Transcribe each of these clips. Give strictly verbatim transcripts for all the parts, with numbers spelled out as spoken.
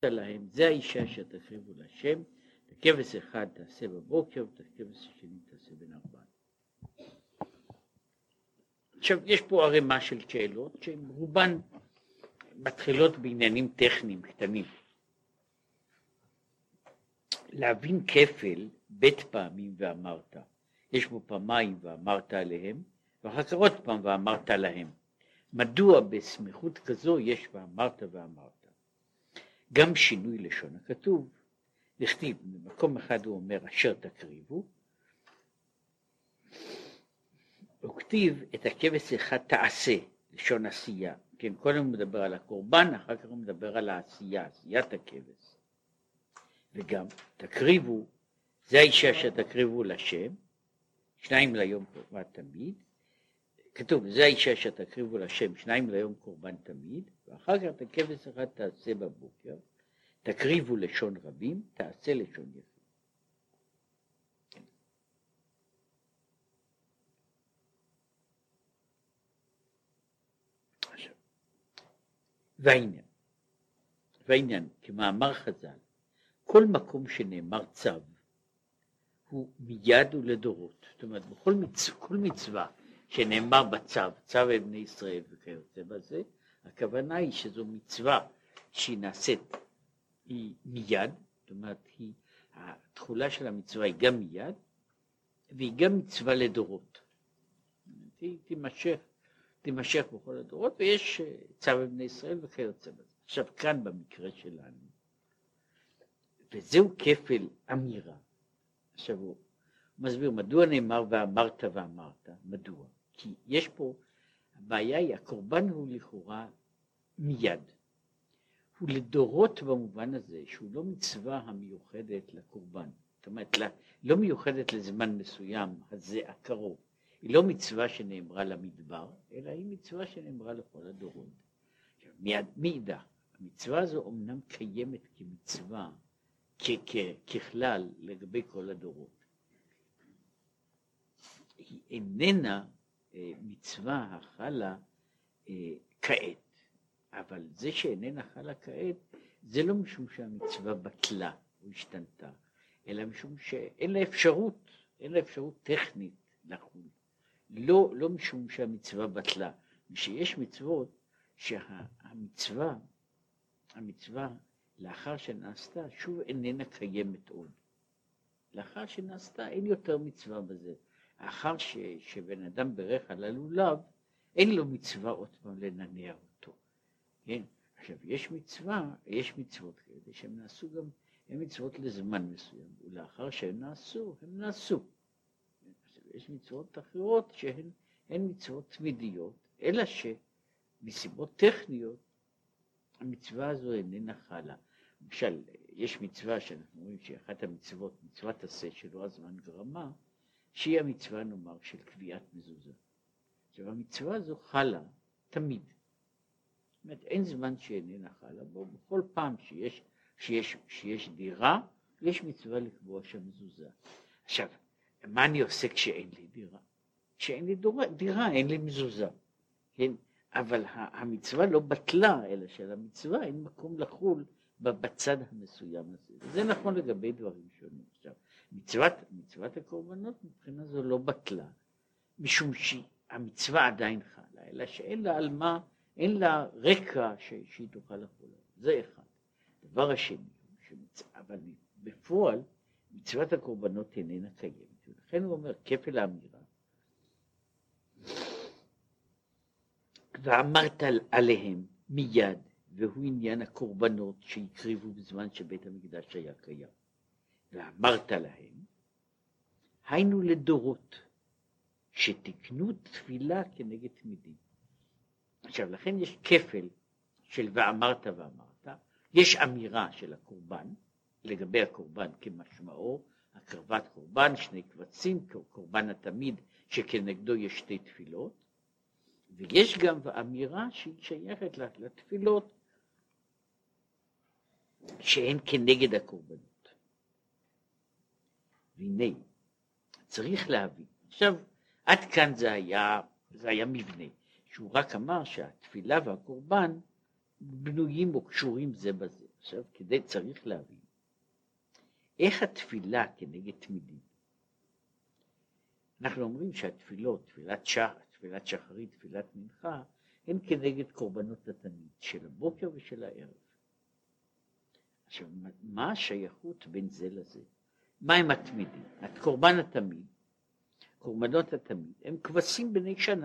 להם, זה האישה שתקריבו להשם, את הכבש אחד תעשה בבוקר, ואת הכבש השני תעשה בין ארבעה. עכשיו, יש פה ערימה של שאלות, שהן רובן מתחילות בעניינים טכניים קטנים. להבין כפל בית פעמים ואמרת, יש בו פעמיים ואמרת עליהם, ואחר כך עוד פעם ואמרת להם. מדוע בסמיכות כזו יש ואמרת ואמרת? גם שינוי לשון הכתוב, נכתיב, במקום אחד הוא אומר אשר תקריבו, הוא כתיב את הכבש אחד תעשה, לשון עשייה, כן, קודם הוא מדבר על הקורבן, אחר כך הוא מדבר על העשייה, עשיית הכבש. וגם תקריבו, זה האישה שתקריבו לשם, שניים ליום קורבן תמיד, כתוב, זה האישה שתקריבו לשם, שניים ליום קורבן תמיד, ואחר כך את הכבש אחד תעשה בבוקר, תקריבו לשון רבים, תעשה לשון יחיד. כן. עכשיו, והעניין, והעניין, כמאמר חז"ל, כל מקום שנאמר צו, הוא מיד ולדורות. זאת אומרת, בכל מצווה, כל מצווה שנאמר בצו, צו בני ישראל וכיוצא בזה, הכוונה היא שזו מצווה שהיא נעשית, היא מיד, זאת אומרת, היא, התחולה של המצווה היא גם מיד, והיא גם מצווה לדורות. היא תימשך, תימשך בכל הדורות, ויש צו בני ישראל וכיוצא בזה. עכשיו, כאן במקרה שלנו, וזהו כפל אמירה. עכשיו הוא מסביר, מדוע נאמר ואמרת ואמרת? מדוע? כי יש פה, הבעיה היא, הקורבן הוא לכאורה מיד. הוא לדורות במובן הזה, שהוא לא מצווה המיוחדת לקורבן. זאת אומרת, לא מיוחדת לזמן מסוים, הזה הקרוב. היא לא מצווה שנאמרה למדבר, אלא היא מצווה שנאמרה לכל הדורות. עכשיו, מיד, מידע, המצווה הזו אומנם קיימת כמצווה, ככלל לגבי כל הדורות. היא איננה אה, מצווה החלה אה, כעת, אבל זה שאיננה חלה כעת, זה לא משום שהמצווה בטלה או השתנתה, אלא משום שאין לה אפשרות, אין לה אפשרות טכנית לחול. לא, לא משום שהמצווה בטלה, שיש מצוות שהמצווה, המצווה לאחר שנעשתה, שוב איננה קיימת עוד. לאחר שנעשתה, אין יותר מצווה בזה. לאחר ש, שבן אדם ברך על הלולב, אין לו מצווה עוד פעם לנענע אותו. כן? עכשיו, יש מצווה, יש מצוות כאלה, שהן נעשו גם, הן מצוות לזמן מסוים, ולאחר שהן נעשו, הן נעשו. עכשיו, יש מצוות אחרות שהן הן מצוות תמידיות, אלא שמסיבות טכניות, המצווה הזו איננה חלה. למשל, יש מצווה שאנחנו רואים שאחת המצוות, מצוות עשה שלא הזמן גרמה, שהיא המצווה נאמר של קביעת מזוזה. עכשיו המצווה הזו חלה תמיד. זאת אומרת, אין זמן שאיננה חלה בו, בכל פעם שיש, שיש, שיש דירה, יש מצווה לקבוע שהמזוזה. עכשיו, מה אני עושה כשאין לי דירה? כשאין לי דירה, דירה אין לי מזוזה. כן? אבל המצווה לא בטלה, אלא של המצווה אין מקום לחול בצד המסוים הזה. זה נכון לגבי דברים שונים. עכשיו, מצוות, מצוות הקורבנות מבחינה זו לא בטלה, משום שהמצווה עדיין חלה, אלא שאין לה על מה, אין לה רקע ש, שהיא תוכל לחול. זה אחד. דבר השני, שמצ... אבל בפועל, מצוות הקורבנות איננה קיימת. ולכן הוא אומר, כפל האמירה, ואמרת עליהם מיד, והוא עניין הקורבנות שהקריבו בזמן שבית המקדש היה קיים. ואמרת להם, היינו לדורות, שתקנו תפילה כנגד תמידים. עכשיו, לכן יש כפל של ואמרת ואמרת, יש אמירה של הקורבן, לגבי הקורבן כמשמעו, הקרבת קורבן, שני קבצים, קורבן התמיד, שכנגדו יש שתי תפילות, ויש גם אמירה שהיא שייכת לתפילות שהן כנגד הקורבנות. והנה, צריך להבין. עכשיו, עד כאן זה היה, זה היה מבנה, שהוא רק אמר שהתפילה והקורבן בנויים או קשורים זה בזה. עכשיו כדי צריך להבין איך התפילה כנגד תמידים. אנחנו אומרים שהתפילות, תפילת שח, תפילת שחרית, תפילת מנחה, הן כנגד קורבנות התמיד של הבוקר ושל הערב. עכשיו, מה השייכות בין זה לזה? מה הם התמידים? הקורבן התמיד, קורבנות התמיד, הם כבשים בני שנה.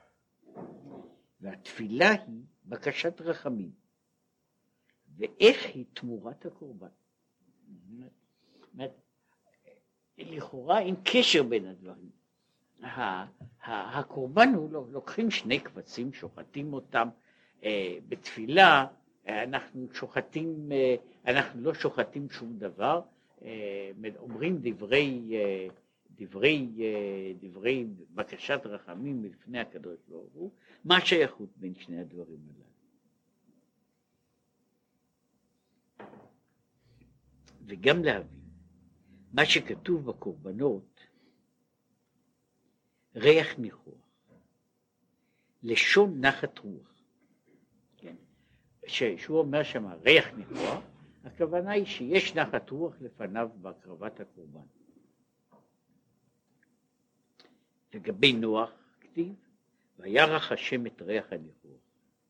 והתפילה היא בקשת רחמים. ואיך היא תמורת הקורבן? לכאורה אין קשר בין הדברים. הקורבן הוא, לוקחים שני כבשים, שוחטים אותם בתפילה, אנחנו שוחטים, אנחנו לא שוחטים שום דבר, אומרים דברי, דברי, דברי בקשת רחמים מלפני הקדוש ברוך הוא. מה השייכות בין שני הדברים הללו? וגם להבין מה שכתוב בקורבנות, ריח ניחוח, לשון נחת רוח. כן? שהוא אומר שם ריח ניחוח, הכוונה היא שיש נחת רוח לפניו בהקרבת הקורבן. לגבי נוח כתיב, וירח השם את ריח הניחוח.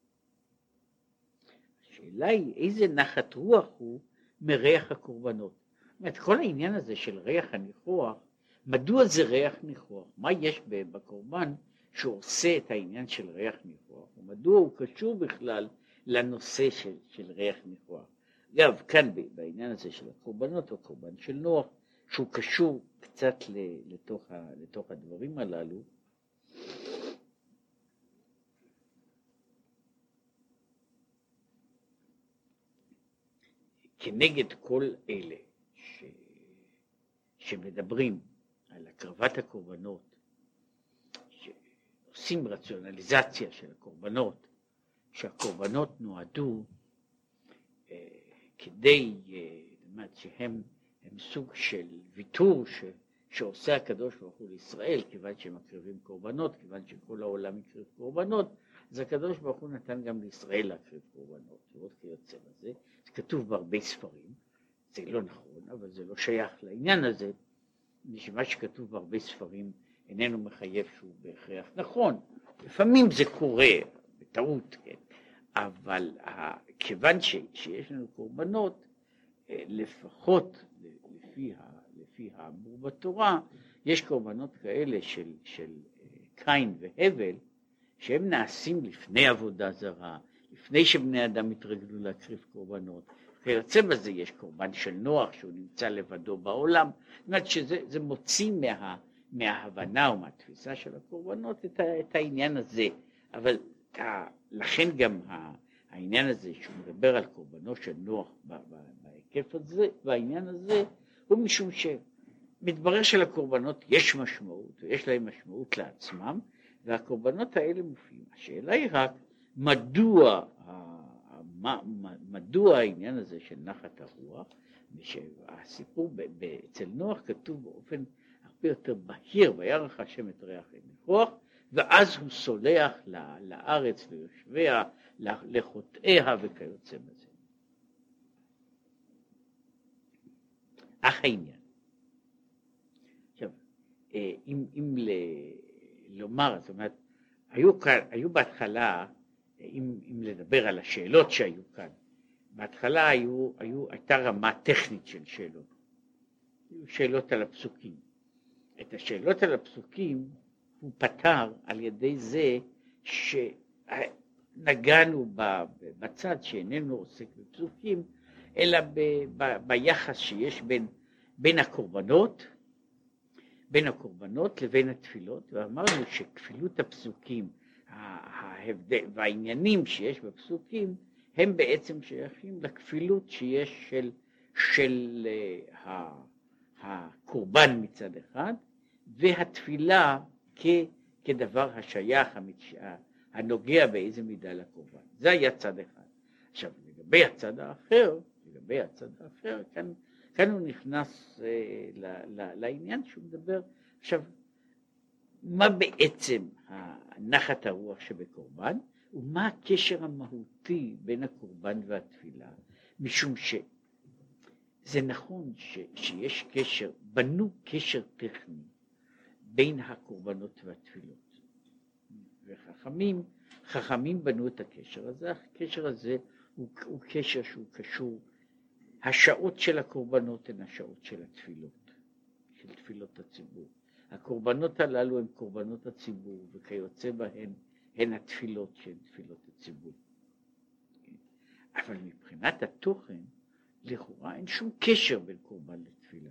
השאלה היא איזה נחת רוח הוא מריח הקורבנות. זאת אומרת, כל העניין הזה של ריח הניחוח, מדוע זה ריח ניחוח? מה יש בקורבן שעושה את העניין של ריח ניחוח? ומדוע הוא קשור בכלל לנושא של, של ריח ניחוח? אגב, כאן בעניין הזה של הקורבנות, או קורבן של נוח, שהוא קשור קצת לתוך, ה, לתוך הדברים הללו, כנגד כל אלה ש... שמדברים על הקרבת הקורבנות, שעושים רציונליזציה של הקורבנות, שהקורבנות נועדו אה, כדי, אה, זאת שהם הם סוג של ויתור ש... שעושה הקדוש ברוך הוא לישראל, כיוון שהם מקריבים קורבנות, כיוון שכל העולם מקריב קורבנות, אז הקדוש ברוך הוא נתן גם לישראל להקריב קורבנות, לראות כיוצא בזה. זה כתוב בהרבה ספרים, זה לא נכון, אבל זה לא שייך לעניין הזה, מה שכתוב בהרבה ספרים איננו מחייב שהוא בהכרח נכון. לפעמים זה קורה בטעות, כן? אבל כיוון ש... שיש לנו קורבנות, לפחות לפי, ה... לפי האמור בתורה, יש קורבנות כאלה של, של קין והבל, שהם נעשים לפני עבודה זרה, לפני שבני אדם התרגלו להקריב קורבנות. וכיוצא בזה יש קורבן של נוח שהוא נמצא לבדו בעולם. זאת אומרת שזה זה מוציא מה, מההבנה ומהתפיסה של הקורבנות את, ה, את העניין הזה. אבל ה, לכן גם ה, העניין הזה שהוא מדבר על קורבנו של נוח ב, ב, בהיקף הזה, והעניין הזה הוא משום שמתברר שלקורבנות יש משמעות, ויש להם משמעות לעצמם, והקורבנות האלה מופיעים. השאלה היא רק מדוע, מה, מדוע העניין הזה של נחת הרוח, שהסיפור ב, ב, אצל נוח כתוב באופן הרבה יותר בהיר, וירח השם את ריח הניחוח, ואז הוא סולח לארץ, ליושביה, לחוטאיה וכיוצא בזה. אך העניין. עכשיו, אם, אם ל... לומר, זאת אומרת, היו, כאן, היו בהתחלה, אם, אם לדבר על השאלות שהיו כאן, בהתחלה היו, היו, הייתה רמה טכנית של שאלות, היו שאלות על הפסוקים. את השאלות על הפסוקים הוא פתר על ידי זה שנגענו בצד שאיננו עוסק בפסוקים, אלא ב, ב, ביחס שיש בין, בין הקורבנות, בין הקורבנות לבין התפילות, ואמרנו שכפילות הפסוקים ההבדל, והעניינים שיש בפסוקים הם בעצם שייכים לכפילות שיש של, של uh, הקורבן מצד אחד, והתפילה כ, כדבר השייך, המצ... הנוגע באיזה מידה לקורבן. זה היה צד אחד. עכשיו לגבי הצד האחר, לגבי הצד האחר, כאן כאן הוא נכנס אה, ל, ל, לעניין שהוא מדבר. עכשיו, מה בעצם הנחת הרוח שבקורבן, ומה הקשר המהותי בין הקורבן והתפילה, משום שזה נכון ש, שיש קשר, בנו קשר טכני בין הקורבנות והתפילות. וחכמים, חכמים בנו את הקשר הזה, הקשר הזה הוא, הוא קשר שהוא קשור, השעות של הקורבנות הן השעות של התפילות, של תפילות הציבור. הקורבנות הללו הם קורבנות הציבור, וכיוצא בהן הן התפילות שהן תפילות הציבור. אבל מבחינת התוכן, לכאורה אין שום קשר בין קורבן לתפילה.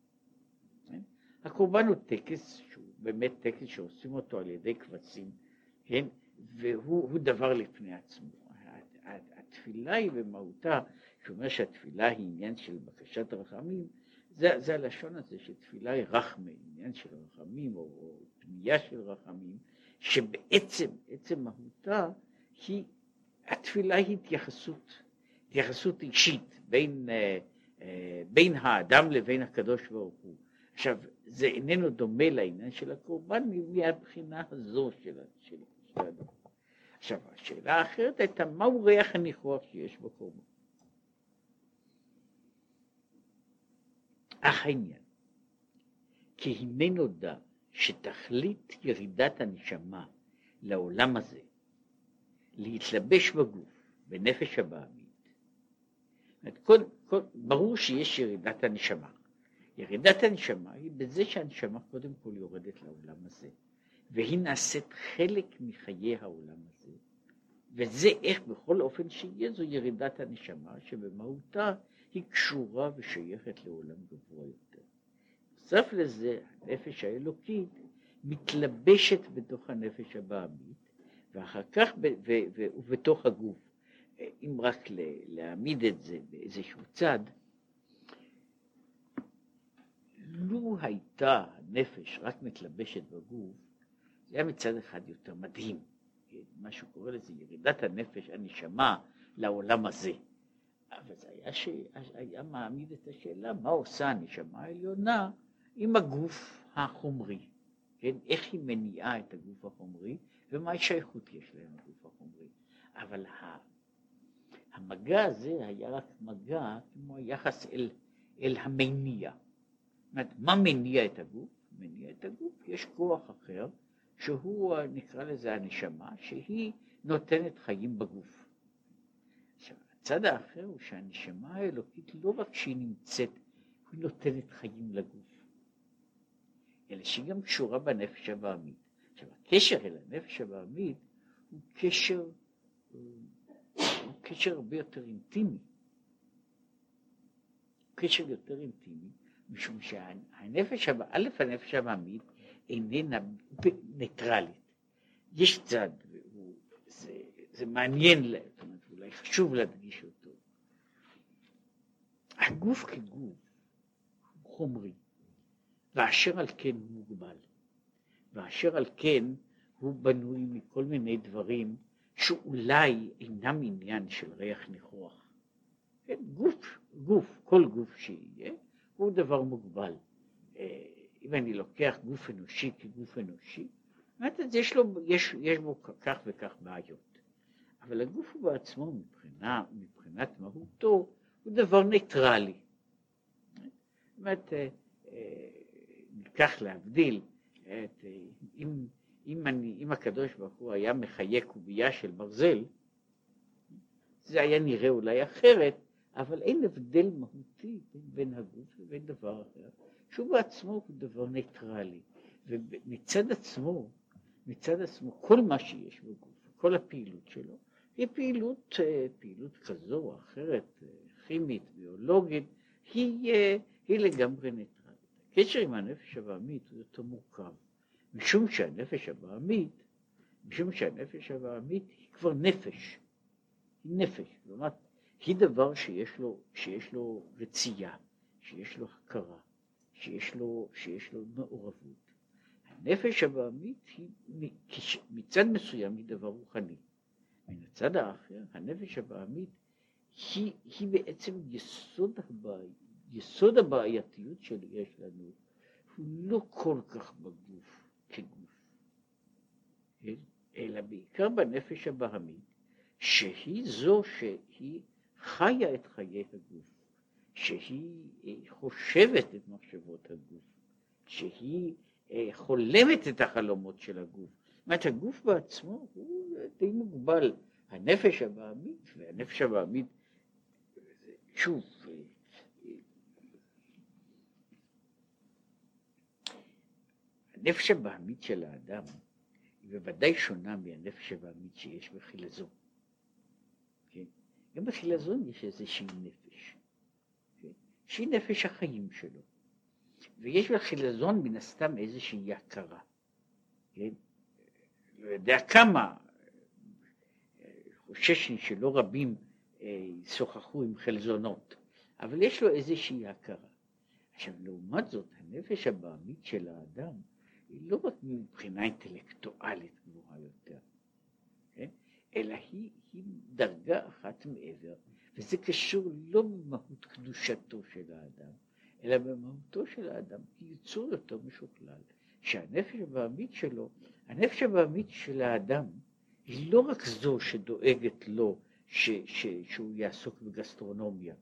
הקורבן הוא טקס, שהוא באמת טקס שעושים אותו על ידי כבשים, כן? והוא דבר לפני עצמו. התפילה היא במהותה, שאומר שהתפילה היא עניין של בקשת רחמים, זה, זה הלשון הזה שתפילה היא רחמה, עניין של רחמים או, או פנייה של רחמים, שבעצם, עצם מהותה היא, התפילה היא התייחסות, התייחסות אישית בין, אה, אה, בין האדם לבין הקדוש ברוך הוא. עכשיו, זה איננו דומה לעניין של הקורבן מהבחינה הזו של, של, של האדם. עכשיו, השאלה האחרת הייתה, מהו ריח הניחוח שיש בקורבן? אך העניין, כי הנה נודע שתכלית ירידת הנשמה לעולם הזה, להתלבש בגוף, בנפש הבעמית. כל, כל, ברור שיש ירידת הנשמה. ירידת הנשמה היא בזה שהנשמה קודם כל יורדת לעולם הזה, והיא נעשית חלק מחיי העולם הזה, וזה איך בכל אופן שיהיה זו ירידת הנשמה, שבמהותה היא קשורה ושייכת לעולם גבוה יותר. נוסף לזה, הנפש האלוקית מתלבשת בתוך הנפש הבעמית, ואחר כך ב- ו- ו- ובתוך הגוף. אם רק להעמיד את זה באיזשהו צד, לו הייתה הנפש רק מתלבשת בגוף, זה היה מצד אחד יותר מדהים. מה שקורא לזה ירידת הנפש, הנשמה, לעולם הזה. אבל זה היה, ש... היה מעמיד את השאלה, מה עושה הנשמה העליונה עם הגוף החומרי? כן? איך היא מניעה את הגוף החומרי, ומה השייכות יש להם הגוף החומרי? אבל ה... המגע הזה היה רק מגע כמו היחס אל, אל המניע. זאת אומרת, מה מניע את הגוף? מניע את הגוף, יש כוח אחר, שהוא נקרא לזה הנשמה, שהיא נותנת חיים בגוף. עכשיו, הצד האחר הוא שהנשמה האלוקית לא רק שהיא נמצאת, היא נותנת חיים לגוף, אלא שהיא גם קשורה בנפש הבעמית. עכשיו, הקשר אל הנפש הבעמית הוא קשר, הוא קשר הרבה יותר אינטימי. קשר יותר אינטימי, משום שהנפש, א', הנפש הבעמית איננה ניטרלית. יש צד, והוא, זה, זה מעניין, זאת אומרת, אולי חשוב להדגיש אותו. הגוף כגוף הוא חומרי, ואשר על כן הוא מוגבל, ואשר על כן הוא בנוי מכל מיני דברים שאולי אינם עניין של ריח ניחוח. כן, גוף, גוף, כל גוף שיהיה, הוא דבר מוגבל. אם אני לוקח גוף אנושי כגוף אנושי, אז יש, לו, יש, יש בו כך וכך בעיות. אבל הגוף הוא בעצמו, מבחינה, מבחינת מהותו, הוא דבר ניטרלי. זאת אומרת, ניקח להבדיל, את, אם, אם, אני, אם הקדוש ברוך הוא היה מחיה קובייה של ברזל, זה היה נראה אולי אחרת, אבל אין הבדל מהותי בין, בין הגוף לבין דבר אחר, שהוא בעצמו הוא דבר ניטרלי, ומצד עצמו, מצד עצמו, כל מה שיש בגוף, כל הפעילות שלו, היא פעילות, פעילות כזו או אחרת, כימית, ביולוגית, היא, היא לגמרי ניטרלית. הקשר עם הנפש הבעמית הוא יותר מורכב, משום שהנפש הבעמית, משום שהנפש הבעמית היא כבר נפש, היא נפש, כלומר, היא דבר שיש לו, שיש לו רצייה, שיש לו הכרה, שיש לו, שיש לו מעורבות. הנפש הבעמית היא מצד מסוים היא דבר רוחני. מן הצד האחר, הנפש הבעמית היא, היא בעצם יסוד, הבעי, יסוד הבעייתיות שיש לנו, הוא לא כל כך בגוף כגוף, אלא בעיקר בנפש הבעמית, שהיא זו שהיא חיה את חיי הגוף, שהיא חושבת את מחשבות הגוף, שהיא חולמת את החלומות של הגוף. זאת אומרת, הגוף בעצמו הוא די מוגבל. הנפש הבעמית, והנפש הבעמית, שוב, הנפש הבעמית של האדם היא בוודאי שונה מהנפש הבעמית שיש בחילזון. כן? גם בחילזון יש איזושהי נפש, כן? שהיא נפש החיים שלו. ויש בחילזון מן הסתם איזושהי הכרה. כן? לא יודע כמה, חושש שלא רבים אה, שוחחו עם חלזונות, אבל יש לו איזושהי הכרה. עכשיו, לעומת זאת, הנפש הבעמית של האדם היא לא רק מבחינה אינטלקטואלית גבוהה יותר, כן? אלא היא, היא דרגה אחת מעבר, וזה קשור לא במהות קדושתו של האדם, אלא במהותו של האדם כיצור יותר משוכלל, שהנפש הבעמית שלו, הנפש הבעמית של האדם, היא לא רק זו שדואגת לו ש, ש, שהוא יעסוק בגסטרונומיה.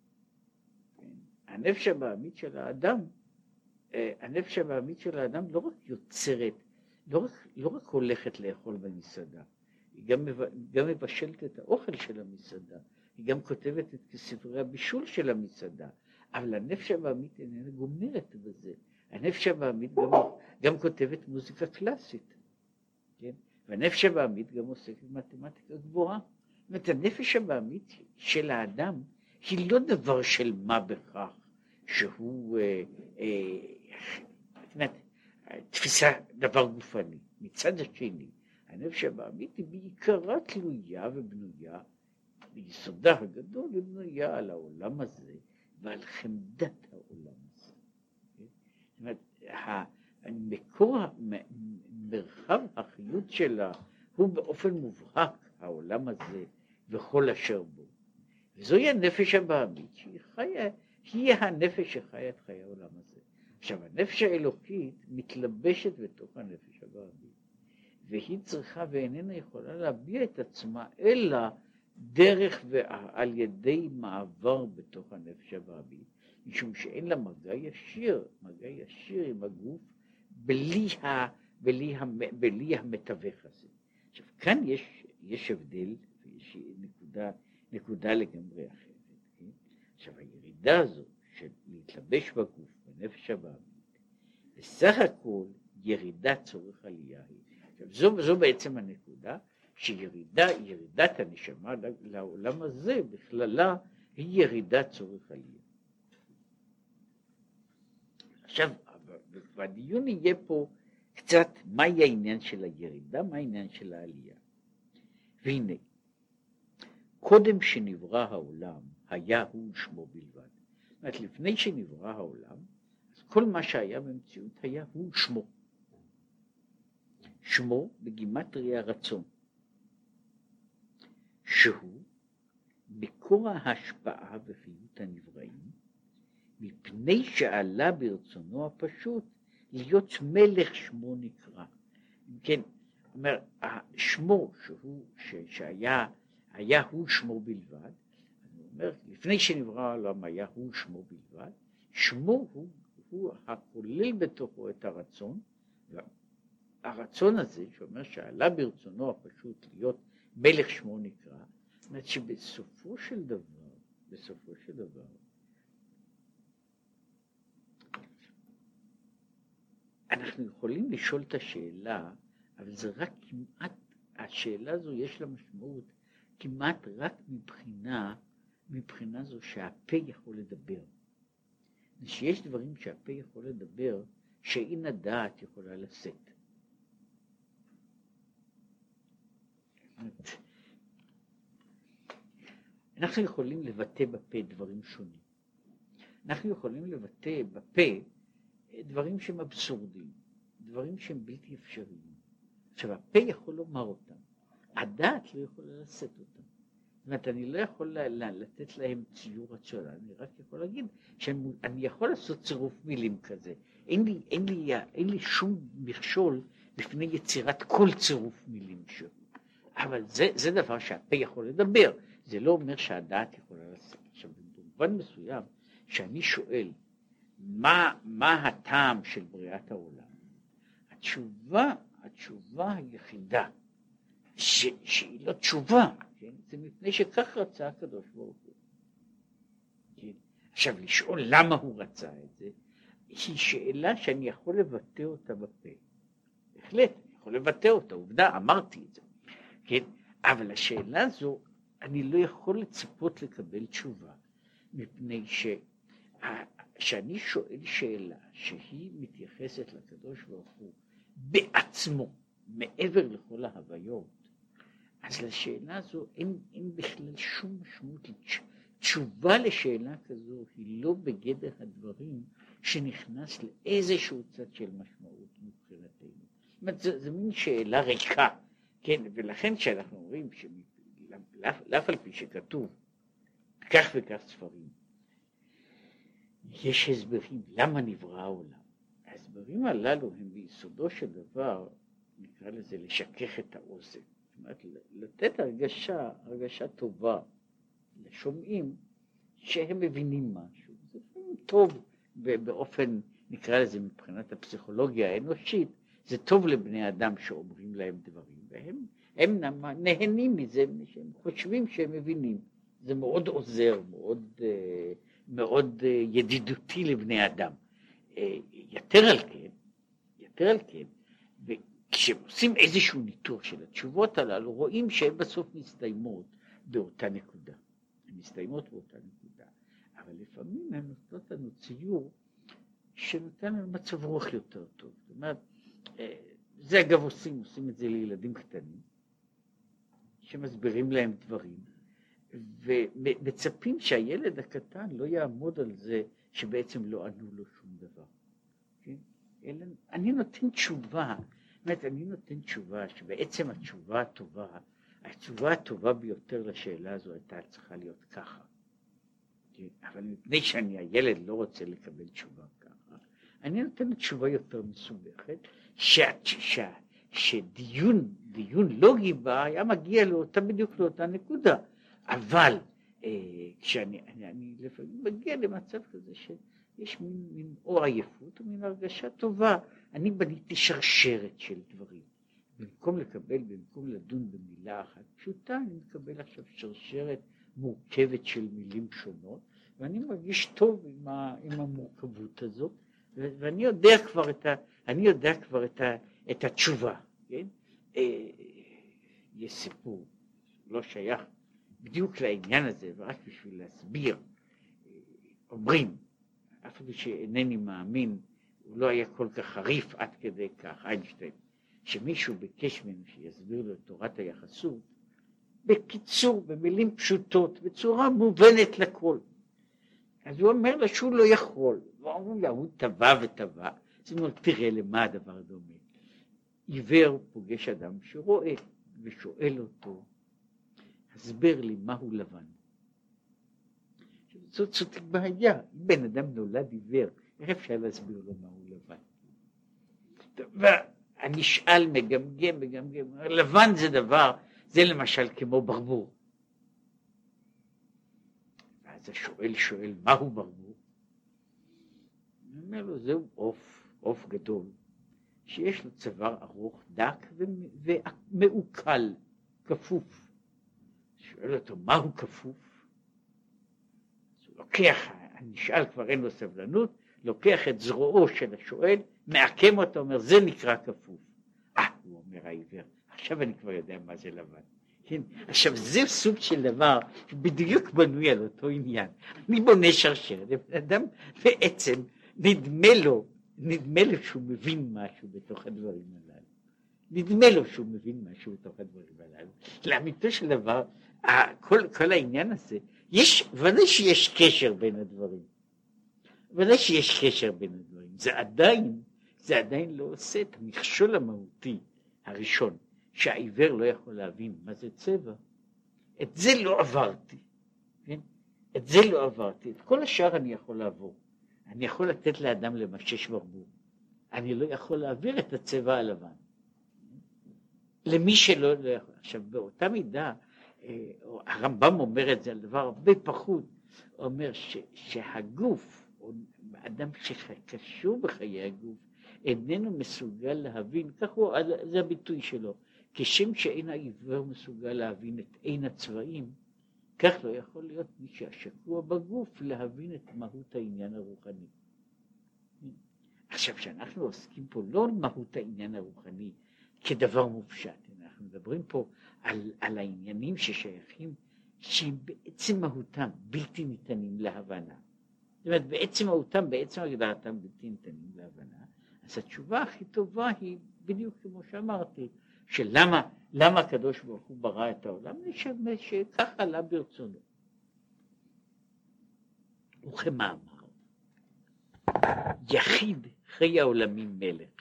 הנפש הבעמית של האדם, הנפש הבעמית של האדם לא רק יוצרת, לא רק, לא רק הולכת לאכול במסעדה, היא גם, גם מבשלת את האוכל של המסעדה, היא גם כותבת את ספרי הבישול של המסעדה, אבל הנפש הבעמית איננה גומרת בזה. הנפש הבעמית גם, גם כותבת מוזיקה קלאסית, כן? והנפש הבעמית גם עוסקת במתמטיקה גבוהה. זאת אומרת, הנפש הבעמית של האדם היא לא דבר של מה בכך, שהוא אה, אה, זאת אומרת, תפיסה דבר גופני. מצד השני, הנפש הבעמית היא בעיקרה תלויה ובנויה, ביסודה הגדול היא בנויה על העולם הזה ועל חמדת העולם הזה. זאת אומרת, המקור, מרחב החיות שלה הוא באופן מובהק העולם הזה וכל אשר בו. וזוהי הנפש הבעמית שהיא חיה, היא הנפש שחיה את חיי העולם הזה. עכשיו, הנפש האלוקית מתלבשת בתוך הנפש הבעמית, והיא צריכה ואיננה יכולה להביע את עצמה אלא דרך ועל ידי מעבר בתוך הנפש הבעמית, משום שאין לה מגע ישיר, מגע ישיר עם הגוף בלי, ה, בלי, ה, בלי המתווך הזה. עכשיו, כאן יש, יש הבדל, יש נקודה, נקודה לגמרי אחרת. כן? עכשיו, הירידה הזו של להתלבש בגוף, בנפש הבעמית, בסך הכל ירידת צורך עלייה היא. עכשיו, זו, זו בעצם הנקודה, שירידה, ירידת הנשמה לעולם הזה בכללה היא ירידת צורך עלייה. עכשיו, בדיון יהיה פה קצת מהי העניין של הירידה, מה העניין של העלייה. והנה, קודם שנברא העולם, היה הוא שמו בלבד. זאת אומרת, לפני שנברא העולם, אז כל מה שהיה במציאות היה הוא שמו. שמו בגימטריה רצון, שהוא מקור ההשפעה וחיות הנבראים, מפני שעלה ברצונו הפשוט להיות מלך שמו נקרא. כן, אומר, שמו שהוא, ש, שהיה, היה הוא שמו בלבד, אני אומר, לפני שנברא העולם היה הוא שמו בלבד, שמו הוא, הוא הכולל בתוכו את הרצון, הרצון הזה שאומר שעלה ברצונו הפשוט להיות מלך שמו נקרא, זאת אומרת שבסופו של דבר, בסופו של דבר, אנחנו יכולים לשאול את השאלה, אבל זה רק כמעט, השאלה הזו יש לה משמעות כמעט רק מבחינה, מבחינה זו שהפה יכול לדבר. שיש דברים שהפה יכול לדבר, שאין הדעת יכולה לשאת. אנחנו יכולים לבטא בפה דברים שונים. אנחנו יכולים לבטא בפה דברים שהם אבסורדיים, דברים שהם בלתי אפשריים. עכשיו, הפה יכול לומר אותם, הדעת לא יכולה לשאת אותם. זאת אומרת, אני לא יכול לתת להם ציור רצון, אני רק יכול להגיד שאני יכול לעשות צירוף מילים כזה. אין לי, אין לי, אין לי שום מכשול בפני יצירת כל צירוף מילים שהוא. אבל זה, זה דבר שהפה יכול לדבר. זה לא אומר שהדעת יכולה לעשות. עכשיו, במובן מסוים, שאני שואל, מה, מה הטעם של בריאת העולם? התשובה, התשובה היחידה, ש, שהיא לא תשובה, כן? זה מפני שכך רצה הקדוש ברוך הוא. כן? עכשיו, לשאול למה הוא רצה את זה, היא שאלה שאני יכול לבטא אותה בפה. בהחלט, אני יכול לבטא אותה, עובדה, אמרתי את זה. כן? אבל השאלה הזו, אני לא יכול לצפות לקבל תשובה, מפני ש... שאני שואל שאלה שהיא מתייחסת לקדוש ברוך הוא בעצמו, מעבר לכל ההוויות, אז לשאלה הזו אין, אין בכלל שום משמעות. תשובה לשאלה כזו היא לא בגדר הדברים שנכנס לאיזשהו צד של משמעות מבחינתנו. זאת אומרת, זו, זו מין שאלה ריקה, כן? ולכן כשאנחנו אומרים שלאף על פי שכתוב כך וכך ספרים, יש הסברים למה נברא העולם. ההסברים הללו הם ביסודו של דבר, נקרא לזה לשכך את האוזן. זאת אומרת, לתת הרגשה, הרגשה טובה לשומעים שהם מבינים משהו. זה טוב באופן, נקרא לזה מבחינת הפסיכולוגיה האנושית, זה טוב לבני אדם שאומרים להם דברים, והם הם נהנים מזה, שהם חושבים שהם מבינים. זה מאוד עוזר, מאוד... מאוד ידידותי לבני אדם. יותר על כן, יותר על כן, וכשעושים איזשהו ניתוח של התשובות הללו, רואים שהן בסוף מסתיימות באותה נקודה. הן מסתיימות באותה נקודה. אבל לפעמים הן נותנות לנו ציור שנותן לנו מצב רוח יותר טוב. זאת אומרת, זה אגב עושים, עושים את זה לילדים קטנים, שמסבירים להם דברים, ומצפים שהילד הקטן לא יעמוד על זה שבעצם לא ענו לו שום דבר. כן? אלא אני נותן תשובה, זאת אני נותן תשובה שבעצם התשובה הטובה, התשובה הטובה ביותר לשאלה הזו הייתה צריכה להיות ככה. כן? אבל מפני שאני הילד לא רוצה לקבל תשובה ככה, אני נותן תשובה יותר מסובכת, ש... ש... שדיון, דיון לוגי בה היה מגיע לאותה, בדיוק לאותה נקודה. אבל אה, כשאני אני, אני לפעמים מגיע למצב כזה שיש מין, מין או עייפות או מין הרגשה טובה, אני בניתי שרשרת של דברים. במקום לקבל, במקום לדון במילה אחת פשוטה, אני מקבל עכשיו שרשרת מורכבת של מילים שונות, ואני מרגיש טוב עם, ה, עם המורכבות הזאת, ואני יודע כבר את, ה, אני יודע כבר את, ה, את התשובה. כן? אה, יש סיפור, לא שייך, בדיוק לעניין הזה, ורק בשביל להסביר, אומרים, אף אחד שאינני מאמין, הוא לא היה כל כך חריף עד כדי כך, איינשטיין, שמישהו ביקש ממנו שיסביר לו את תורת היחסות, בקיצור, במילים פשוטות, בצורה מובנת לכל. אז הוא אומר לו שהוא לא יכול, ואומרים לו, הוא טבע וטבע, אז הוא אומר, תראה למה הדבר דומה. עיוור פוגש אדם שרואה, ושואל אותו, הסבר לי מהו לבן. זאת זאת בעיה, אם בן אדם נולד עיוור, איך אפשר להסביר לו מהו לבן? והנשאל מגמגם, מגמגם, לבן זה דבר, זה למשל כמו ברבור. ואז השואל שואל, מהו ברבור? אני אומר לו, זהו עוף, עוף גדול, שיש לו צוואר ארוך, דק ומעוקל, כפוף. שואל אותו, מהו כפוף? אז הוא לוקח, הנשאל כבר אין לו סבלנות, לוקח את זרועו של השואל, מעקם אותו, אומר, זה נקרא כפוף. אה, הוא אומר העיוור, עכשיו אני כבר יודע מה זה לבן. כן? עכשיו, זה סוג של דבר שבדיוק בנוי על אותו עניין. אני בונה שרשרת, בן אדם בעצם נדמה לו, נדמה לו שהוא מבין משהו בתוך הדברים הללו. נדמה לו שהוא מבין משהו בתוך הדברים הללו. לאמיתו של דבר, כל, כל העניין הזה, יש, ודאי שיש קשר בין הדברים. ודאי שיש קשר בין הדברים. זה עדיין, זה עדיין לא עושה את המכשול המהותי הראשון, שהעיוור לא יכול להבין מה זה צבע. את זה לא עברתי. כן? את זה לא עברתי. את כל השאר אני יכול לעבור. אני יכול לתת לאדם למשש ברבור. אני לא יכול להעביר את הצבע הלבן. למי שלא לא יכול. עכשיו, באותה מידה, הרמב"ם אומר את זה על דבר הרבה פחות, הוא אומר ש, שהגוף, או אדם שקשור בחיי הגוף, איננו מסוגל להבין, כך הוא, זה הביטוי שלו, כשם שאין העיוור מסוגל להבין את עין הצבעים, כך לא יכול להיות מי שהשקוע בגוף להבין את מהות העניין הרוחני. עכשיו שאנחנו עוסקים פה לא על מהות העניין הרוחני כדבר מופשט, אנחנו מדברים פה על, על העניינים ששייכים, שהם בעצם מהותם בלתי ניתנים להבנה. זאת אומרת, בעצם מהותם, בעצם הגדרתם בלתי ניתנים להבנה. אז התשובה הכי טובה היא בדיוק כמו שאמרתי, שלמה למה הקדוש ברוך הוא ברא את העולם, שכך עלה ברצונו. וכמאמר, יחיד חיי העולמים מלך,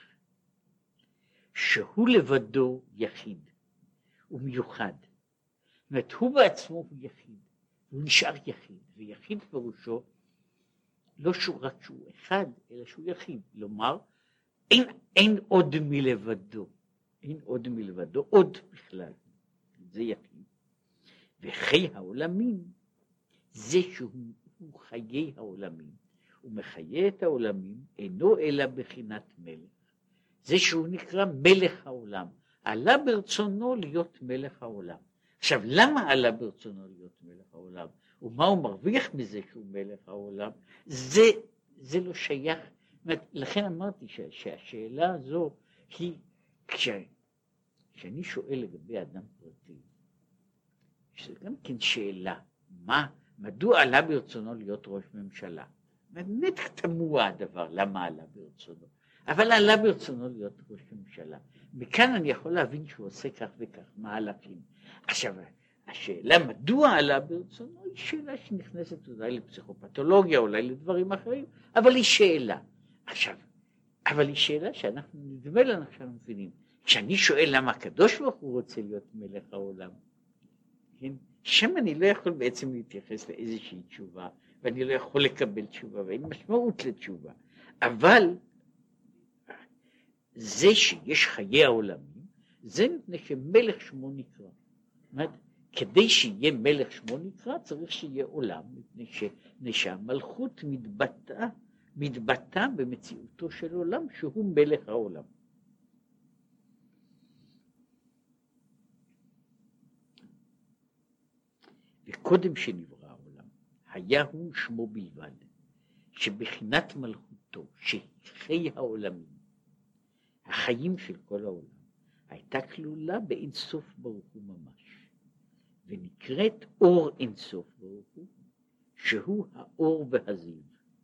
שהוא לבדו יחיד ומיוחד. זאת אומרת, הוא בעצמו הוא יחיד, הוא נשאר יחיד, ויחיד פירושו לא שהוא רק שהוא אחד, אלא שהוא יחיד. כלומר, אין, אין עוד מלבדו, אין עוד מלבדו, עוד בכלל, זה יחיד. וחיי העולמים, זה שהוא חיי העולמים, הוא מחיה את העולמים, אינו אלא בחינת מלך. זה שהוא נקרא מלך העולם, עלה ברצונו להיות מלך העולם. עכשיו, למה עלה ברצונו להיות מלך העולם? ומה הוא מרוויח מזה שהוא מלך העולם? זה, זה לא שייך. לכן אמרתי שהשאלה הזו היא, כש, כשאני שואל לגבי אדם פרטי, שזה גם כן שאלה, מה, מדוע עלה ברצונו להיות ראש ממשלה? באמת תמוה הדבר, למה עלה ברצונו? אבל עלה ברצונו להיות ראש ממשלה. מכאן אני יכול להבין שהוא עושה כך וכך מהלכים. עכשיו, השאלה מדוע עלה ברצונו היא שאלה שנכנסת אולי לפסיכופתולוגיה, אולי לדברים אחרים, אבל היא שאלה. עכשיו, אבל היא שאלה שאנחנו נדמה לנו שאנחנו מבינים. כשאני שואל למה הקדוש ברוך הוא רוצה להיות מלך העולם, כן? שם אני לא יכול בעצם להתייחס לאיזושהי תשובה, ואני לא יכול לקבל תשובה, ואין משמעות לתשובה. אבל זה שיש חיי העולמים, זה מפני שמלך שמו נקרא. זאת אומרת, כדי שיהיה מלך שמו נקרא, צריך שיהיה עולם, מפני שהמלכות מתבטאה, מתבטאה במציאותו של עולם, שהוא מלך העולם. וקודם שנברא העולם, היה הוא שמו בלבד, שבחינת מלכותו, שחיי העולמים, החיים של כל העולם, הייתה כלולה באין סוף ברוך הוא ממש, ונקראת אור אין סוף ברוך הוא, שהוא האור והזיו.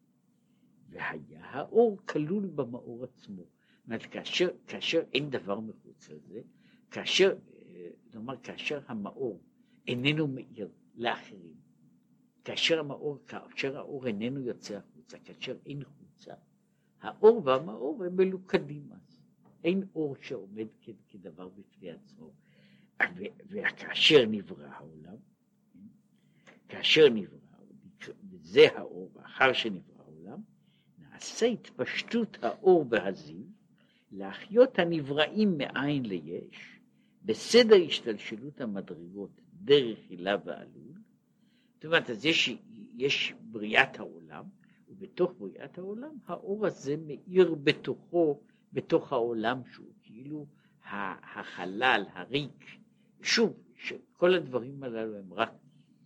והיה האור כלול במאור עצמו. זאת אומרת, כאשר, כאשר אין דבר מחוץ לזה, כאשר, נאמר, כאשר המאור איננו מאיר לאחרים, כאשר המאור, כאשר האור איננו יוצא החוצה, כאשר אין חוצה, האור והמאור הם מלוכדים אז. אין אור שעומד כדבר בפני עצמו. וכאשר נברא העולם, כאשר נברא, וזה האור, ואחר שנברא העולם, נעשה התפשטות האור והזיו, להחיות הנבראים מאין ליש, בסדר השתלשלות המדרגות, דרך הילה ועלול. זאת אומרת, אז יש, יש בריאת העולם, ובתוך בריאת העולם, האור הזה מאיר בתוכו, בתוך העולם שהוא כאילו החלל, הריק. שוב, שכל הדברים הללו הם רק,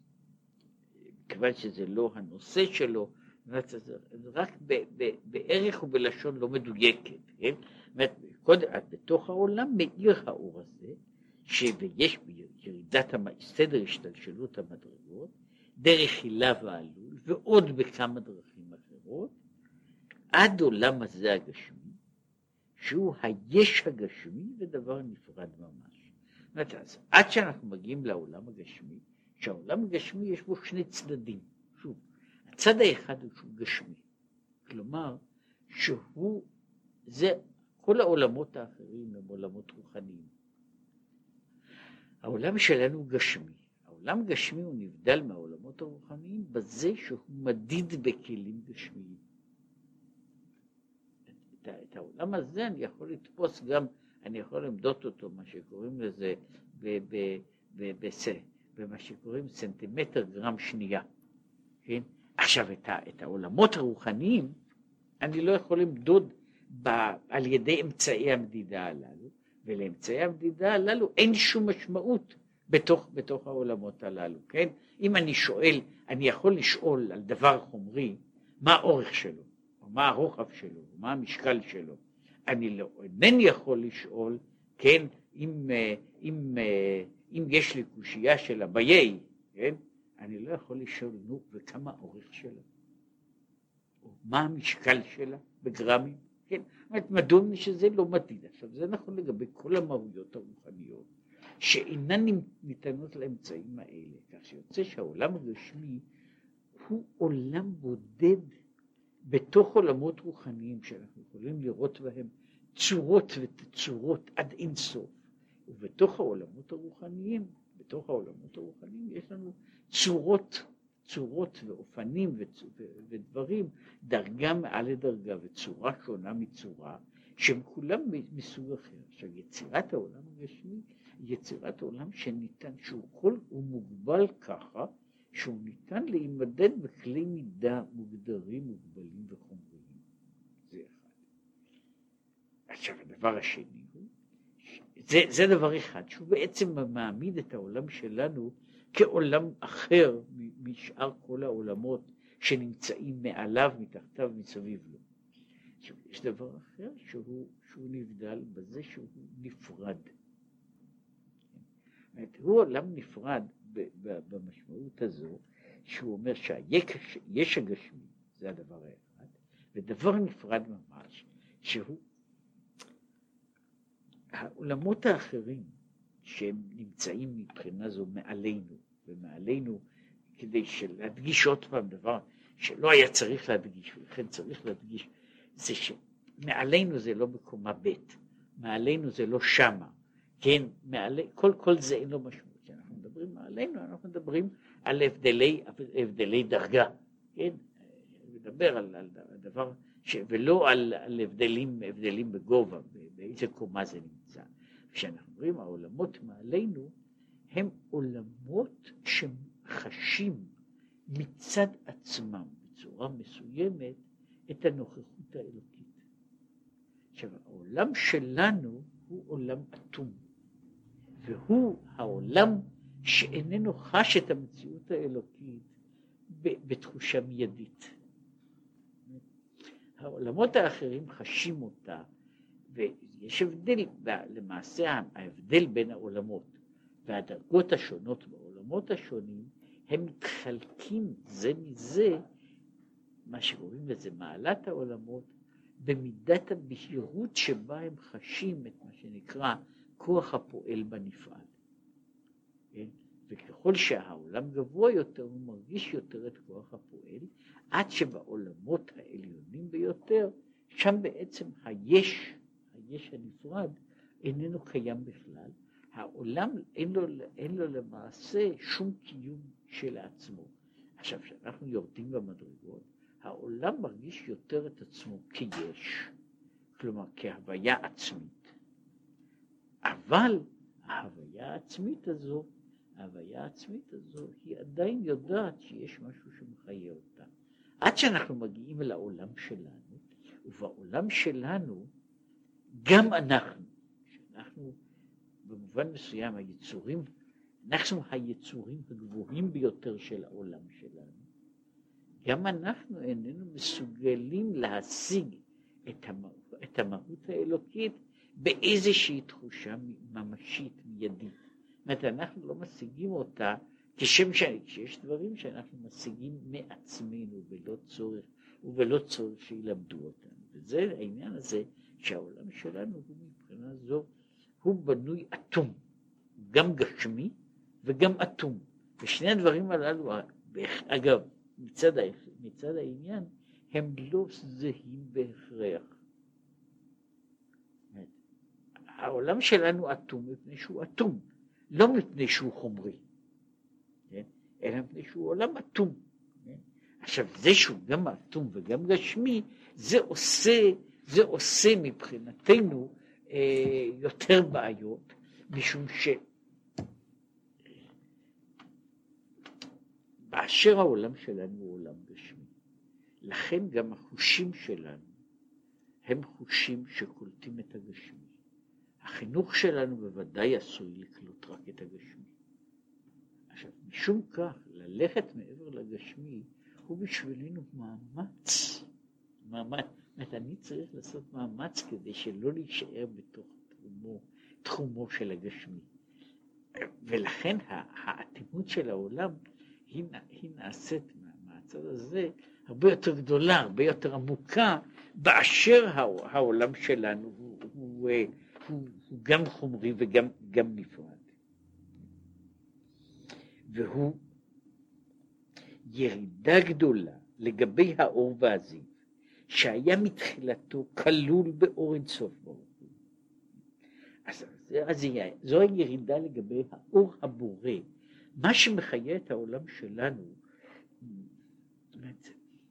כיוון שזה לא הנושא שלו, זה רק ב, ב, בערך ובלשון לא מדויקת, כן? קודם, בתוך העולם מאיר האור הזה, שיש בירידת סדר השתלשלות המדרגות, דרך הילה ועלול, ועוד בכמה דרכים אחרות, עד עולם הזה הגשמי, שהוא היש הגשמי ודבר נפרד ממש. זאת אומרת, אז עד שאנחנו מגיעים לעולם הגשמי, שהעולם הגשמי יש בו שני צדדים. שוב, הצד האחד הוא שהוא גשמי. כלומר, שהוא, זה, כל העולמות האחרים הם עולמות רוחניים. העולם שלנו הוא גשמי. העולם גשמי הוא נבדל מהעולמות הרוחניים בזה שהוא מדיד בכלים גשמיים. את, את העולם הזה אני יכול לתפוס גם, אני יכול למדוד אותו, מה שקוראים לזה, ב, ב, ב, ב, במה שקוראים סנטימטר גרם שנייה, כן? עכשיו את, ה, את העולמות הרוחניים אני לא יכול למדוד ב, על ידי אמצעי המדידה הללו, ולאמצעי המדידה הללו אין שום משמעות בתוך, בתוך העולמות הללו, כן? אם אני שואל, אני יכול לשאול על דבר חומרי, מה האורך שלו, או מה הרוחב שלו, או מה המשקל שלו. אני לא, אינני יכול לשאול, כן, אם, אם, אם יש לי קושייה של אביי, כן? אני לא יכול לשאול, נו, וכמה האורך שלה, או מה המשקל שלה בגרמים, כן? מדוע שזה לא מדיד. עכשיו, זה נכון לגבי כל המהויות הרוחניות, שאינן ניתנות לאמצעים האלה, כך שיוצא שהעולם הגשמי הוא עולם בודד בתוך עולמות רוחניים שאנחנו יכולים לראות בהם צורות ותצורות עד אינסוף, ובתוך העולמות הרוחניים, בתוך העולמות הרוחניים יש לנו צורות, צורות ואופנים ודברים, דרגה מעל לדרגה וצורה שונה מצורה, שהם כולם מסוג אחר. עכשיו, יצירת העולם הגשמי, יצירת העולם שניתן, שהוא כל, הוא מוגבל ככה, שהוא ניתן להימדד בכלי מידה מוגדרים, מוגבלים וחומריים. זה אחד. עכשיו, הדבר השני הוא, זה, זה דבר אחד, שהוא בעצם מעמיד את העולם שלנו כעולם אחר משאר כל העולמות שנמצאים מעליו, מתחתיו, מסביב לו. עכשיו, יש דבר אחר שהוא, שהוא נבדל בזה שהוא נפרד. הוא עולם נפרד במשמעות הזו, שהוא אומר שיש הגשמי, זה הדבר האחד, ודבר נפרד ממש, שהוא העולמות האחרים שהם נמצאים מבחינה זו מעלינו, ומעלינו כדי להדגיש עוד פעם דבר שלא היה צריך להדגיש, ולכן צריך להדגיש, זה שמעלינו זה לא בקומה ב', מעלינו זה לא שמה, כן, מעלי, כל, כל זה אין לו משמעות. כשאנחנו מדברים מעלינו, אנחנו מדברים על הבדלי, הבדלי דרגה, כן, מדבר על, על דבר, ש, ולא על, על הבדלים, הבדלים בגובה, באיזה קומה זה נמצא. כשאנחנו מדברים, העולמות מעלינו, הם עולמות שחשים מצד עצמם, בצורה מסוימת, את הנוכחות האלוקית. עכשיו, העולם שלנו הוא עולם אטום, והוא העולם שאיננו חש את המציאות האלוקית בתחושה מיידית. העולמות האחרים חשים אותה, ויש הבדל, למעשה ההבדל בין העולמות והדרגות השונות בעולמות השונים, הם מתחלקים זה מזה, מה שקוראים לזה מעלת העולמות, במידת הבהירות שבה הם חשים את מה שנקרא כוח הפועל בנפעל. כן? וככל שהעולם גבוה יותר, הוא מרגיש יותר את כוח הפועל, עד שבעולמות העליונים ביותר, שם בעצם היש, היש הנפרד, איננו קיים בכלל. העולם אין לו, אין לו למעשה שום קיום של עצמו. עכשיו, כשאנחנו יורדים במדרגות, העולם מרגיש יותר את עצמו כיש, כלומר כהוויה עצמית. אבל ההוויה העצמית הזו, ההוויה העצמית הזו, היא עדיין יודעת שיש משהו שמחיה אותה. עד שאנחנו מגיעים אל העולם שלנו, ובעולם שלנו, גם אנחנו, שאנחנו במובן מסוים היצורים, אנחנו היצורים הגבוהים ביותר של העולם שלנו, גם אנחנו איננו מסוגלים להשיג את המהות, את המהות האלוקית באיזושהי תחושה ממשית, מיידית. זאת אומרת, אנחנו לא משיגים אותה כשם שיש דברים שאנחנו משיגים מעצמנו ולא צורך, ובלא צורך שילמדו אותנו. וזה העניין הזה שהעולם שלנו הוא מבחינה זו, הוא בנוי אטום, גם גשמי וגם אטום. ושני הדברים הללו, אגב, מצד, מצד העניין, הם לא זהים בהכרח. העולם שלנו אטום מפני שהוא אטום, לא מפני שהוא חומרי, כן? אלא מפני שהוא עולם אטום. כן? עכשיו, זה שהוא גם אטום וגם גשמי, זה עושה, זה עושה מבחינתנו אה, יותר בעיות, משום ש... באשר העולם שלנו הוא עולם גשמי, לכן גם החושים שלנו הם חושים שקולטים את הגשמי. החינוך שלנו בוודאי עשוי לקלוט רק את הגשמי. עכשיו, משום כך, ללכת מעבר לגשמי הוא בשבילנו מאמץ. מאמץ. זאת אומרת, אני צריך לעשות מאמץ כדי שלא להישאר בתוך תחומו, תחומו של הגשמי. ולכן האטימות של העולם היא, היא נעשית מהצד הזה הרבה יותר גדולה, הרבה יותר עמוקה, באשר העולם שלנו הוא, הוא, הוא, הוא גם חומרי וגם גם נפרד. והוא ירידה גדולה לגבי האור והזיו, שהיה מתחילתו כלול באור אין סוף ברוך הוא. אז, אז זו הירידה לגבי האור הבורא, מה שמחיה את העולם שלנו. זאת אומרת,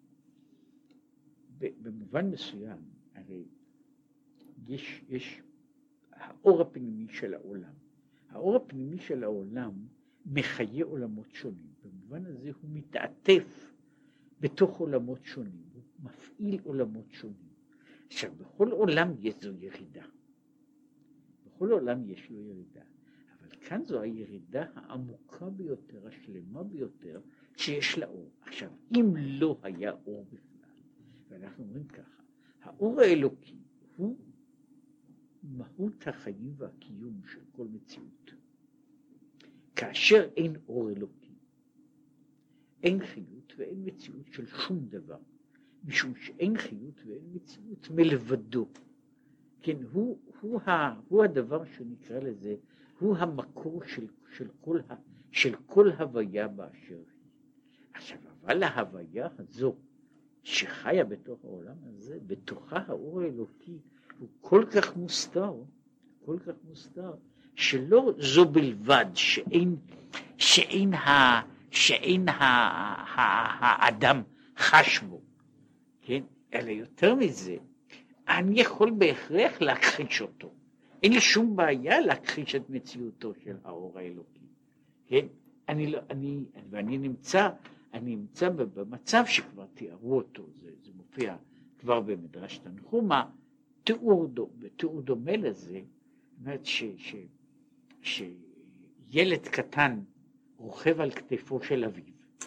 במובן מסוים, הרי יש, יש האור הפנימי של העולם. האור הפנימי של העולם מחיה עולמות שונים. במובן הזה הוא מתעטף בתוך עולמות שונים, הוא מפעיל עולמות שונים. עכשיו, בכל עולם יש זו ירידה. בכל עולם יש לו ירידה. אבל כאן זו הירידה העמוקה ביותר, השלמה ביותר, שיש לאור. עכשיו, אם לא היה אור בכלל, ואנחנו אומרים ככה, האור האלוקי הוא מהות החיים והקיום של כל מציאות. כאשר אין אור אלוקי, אין חיות ואין מציאות של שום דבר, משום שאין חיות ואין מציאות מלבדו. כן, הוא, הוא, ה, הוא הדבר שנקרא לזה, הוא המקור של, של, כל, ה, של כל הוויה באשר היא. עכשיו, אבל ההוויה הזו, שחיה בתוך העולם הזה, בתוכה האור האלוקי, הוא כל כך מוסתר, כל כך מוסתר, שלא זו בלבד, שאין, שאין, ה, שאין ה, ה, האדם חש בו, כן? אלא יותר מזה, אני יכול בהכרח להכחיש אותו. אין לי שום בעיה להכחיש את מציאותו של האור האלוקי. כן? אני לא, אני, ואני נמצא, אני נמצא במצב שכבר תיארו אותו, זה, זה מופיע כבר במדרש תנחומא, תיאור, תיאור דומה לזה, זאת אומרת ש, ש, שילד קטן רוכב על כתפו של אביו,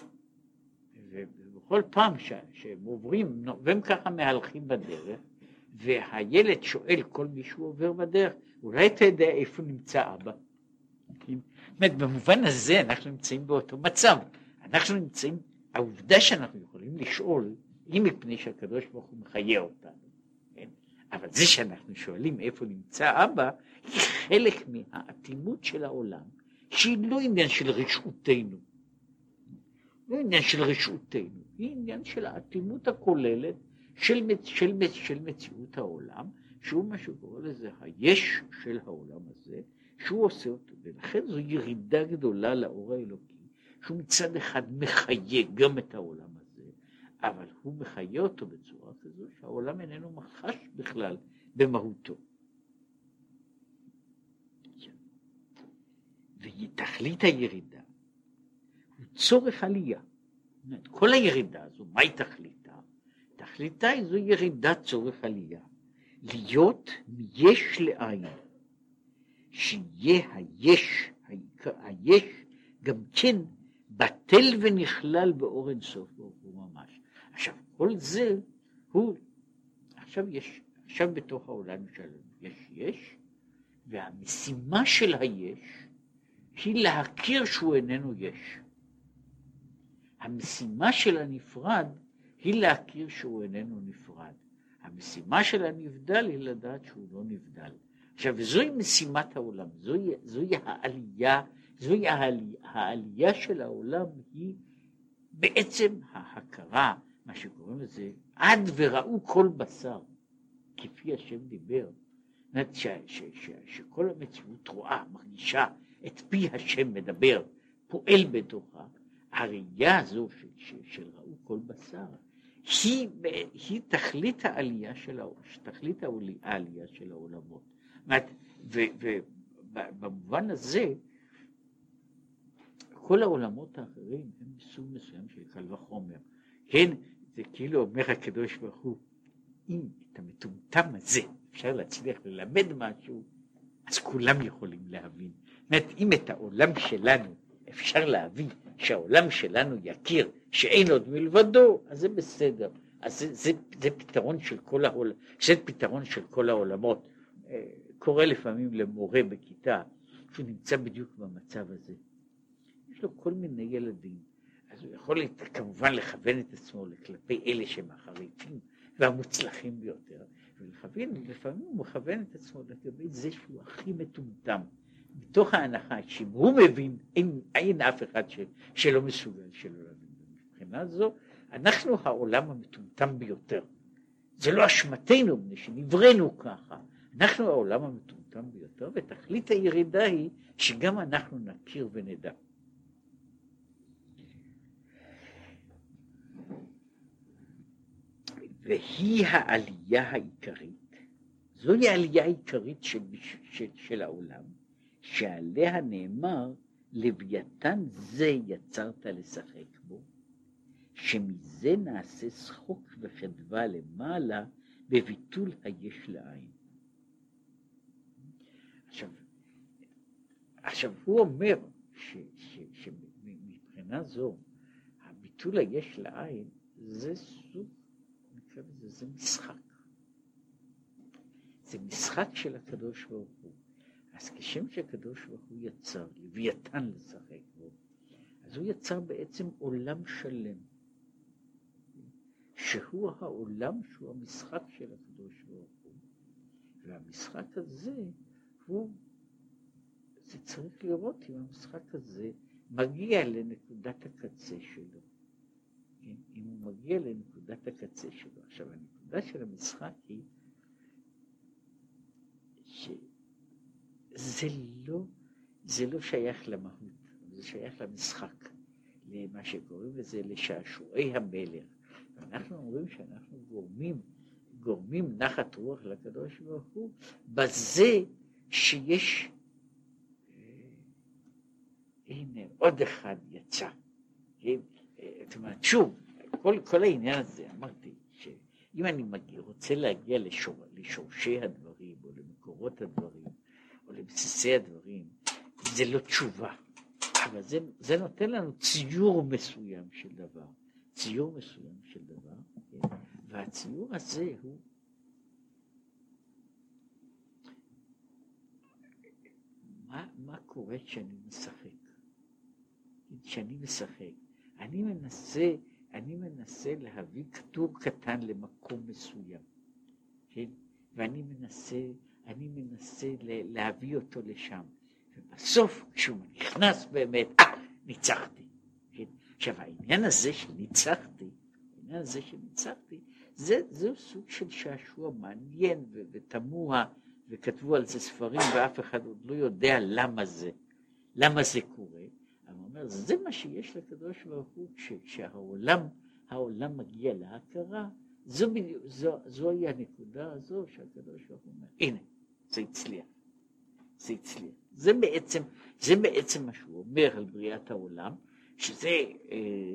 ובכל פעם ש, שהם עוברים, והם ככה מהלכים בדרך, והילד שואל כל מי שהוא עובר בדרך, אולי אתה יודע איפה נמצא אבא? זאת אומרת, במובן הזה אנחנו נמצאים באותו מצב. אנחנו נמצאים, העובדה שאנחנו יכולים לשאול, היא מפני שהקדוש ברוך הוא מחיה אותנו. כן? אבל זה שאנחנו שואלים איפה נמצא אבא, היא חלק מהאטימות של העולם, שהיא לא עניין של רשעותנו. לא עניין של רשעותנו, היא עניין של האטימות הכוללת, של, של, של מציאות העולם, שהוא מה שקורא לזה היש של העולם הזה, שהוא עושה אותו, ולכן זו ירידה גדולה לאור האלוקי, שהוא מצד אחד מחיה גם את העולם הזה, אבל הוא מחיה אותו בצורה כזו שהעולם איננו מחש בכלל במהותו. ותכלית הירידה הוא צורך עלייה. כל הירידה הזו, מהי תכליתה? תכליתה היא זו ירידת צורך עלייה, להיות מיש לעין, שיהיה היש, היש גם כן בטל ונכלל באור אין סוף ברוך הוא ממש. עכשיו כל זה הוא, עכשיו יש, עכשיו בתוך העולם שלנו יש יש, והמשימה של היש היא להכיר שהוא איננו יש. המשימה של הנפרד היא להכיר שהוא איננו נפרד. המשימה של הנבדל היא לדעת שהוא לא נבדל. עכשיו, זוהי משימת העולם, זוהי, זוהי העלייה, זוהי העלייה, העלייה של העולם היא בעצם ההכרה, מה שקוראים לזה, עד וראו כל בשר, כפי השם דיבר. זאת אומרת, ש, ש, ש, שכל המציאות רואה, מרגישה, את פי השם מדבר, פועל בתוכה, הראייה הזו של, של, של ראו כל בשר, היא, היא תכלית העלייה של תכלית העלייה של העולמות. ובמובן הזה, כל העולמות האחרים הם מסוג מסוים של קל וחומר. כן, זה כאילו אומר הקדוש ברוך הוא, אם את המטומטם הזה אפשר להצליח ללמד משהו, אז כולם יכולים להבין. זאת אומרת, אם את העולם שלנו אפשר להבין, שהעולם שלנו יכיר שאין עוד מלבדו, אז זה בסדר. אז זה, זה, זה פתרון של כל העולם, זה פתרון של כל העולמות. קורא לפעמים למורה בכיתה, שהוא נמצא בדיוק במצב הזה. יש לו כל מיני ילדים, אז הוא יכול כמובן לכוון את עצמו כלפי אלה שהם החריפים והמוצלחים ביותר, ולכוון, לפעמים הוא מכוון את עצמו לגבי זה שהוא הכי מטומטם, מתוך ההנחה שאם הוא מבין, אין, אין אף אחד של, שלא מסוגל שלא להבין. מבחינה זו, אנחנו העולם המטומטם ביותר. זה לא אשמתנו, מפני שנבראנו ככה. אנחנו העולם המטומטם ביותר, ותכלית הירידה היא שגם אנחנו נכיר ונדע. והיא העלייה העיקרית, זוהי העלייה העיקרית של, של, של העולם, שעליה נאמר, לוויתן זה יצרת לשחק בו, שמזה נעשה שחוק וחדווה למעלה, בביטול היש לעין. עכשיו, עכשיו הוא אומר, שמבחינה זו, הביטול היש לעין, זה סוג, זה, זה משחק. זה משחק של הקדוש ברוך הוא. אז כשם שהקדוש ברוך הוא יצר, לוויתן לשחק בו, אז הוא יצר בעצם עולם שלם, שהוא העולם, שהוא המשחק של הקדוש ברוך הוא. והמשחק הזה, הוא, זה צריך לראות אם המשחק הזה מגיע לנקודת הקצה שלו. כן? אם הוא מגיע לנקודת הקצה שלו. עכשיו, הנקודה של המשחק היא, שזה לא, זה לא שייך למהות, זה שייך למשחק, למה שקוראים לזה, לשעשועי המלך. ואנחנו אומרים שאנחנו גורמים, גורמים נחת רוח לקדוש ברוך הוא, בזה שיש, הנה, עוד אחד יצא. כן? זאת אומרת, שוב, כל, כל העניין הזה, אמרתי, שאם אני מגיע, רוצה להגיע לשור, לשורשי הדברים, או למקורות הדברים, או לבסיסי הדברים, זה לא תשובה. אבל זה, זה נותן לנו ציור מסוים של דבר. ציור מסוים של דבר, כן? והציור הזה הוא, מה, מה קורה כשאני משחק? כשאני משחק, אני מנסה, אני מנסה להביא כדור קטן למקום מסוים, כן? ואני מנסה, אני מנסה להביא אותו לשם, ובסוף כשהוא נכנס באמת, אה, ניצחתי. כן? עכשיו העניין הזה שניצחתי, העניין הזה שניצחתי, זה, זהו סוג של שעשוע מעניין ו- ותמוה, וכתבו על זה ספרים ואף אחד עוד לא יודע למה זה, למה זה קורה. אבל הוא אומר, זה מה שיש לקדוש ברוך הוא, כשהעולם, העולם מגיע להכרה, זו, זו, זוהי הנקודה הזו שהקדוש ברוך הוא אומר, הנה, זה הצליח, זה הצליח. זה בעצם, זה בעצם מה שהוא אומר על בריאת העולם, שזה, אה,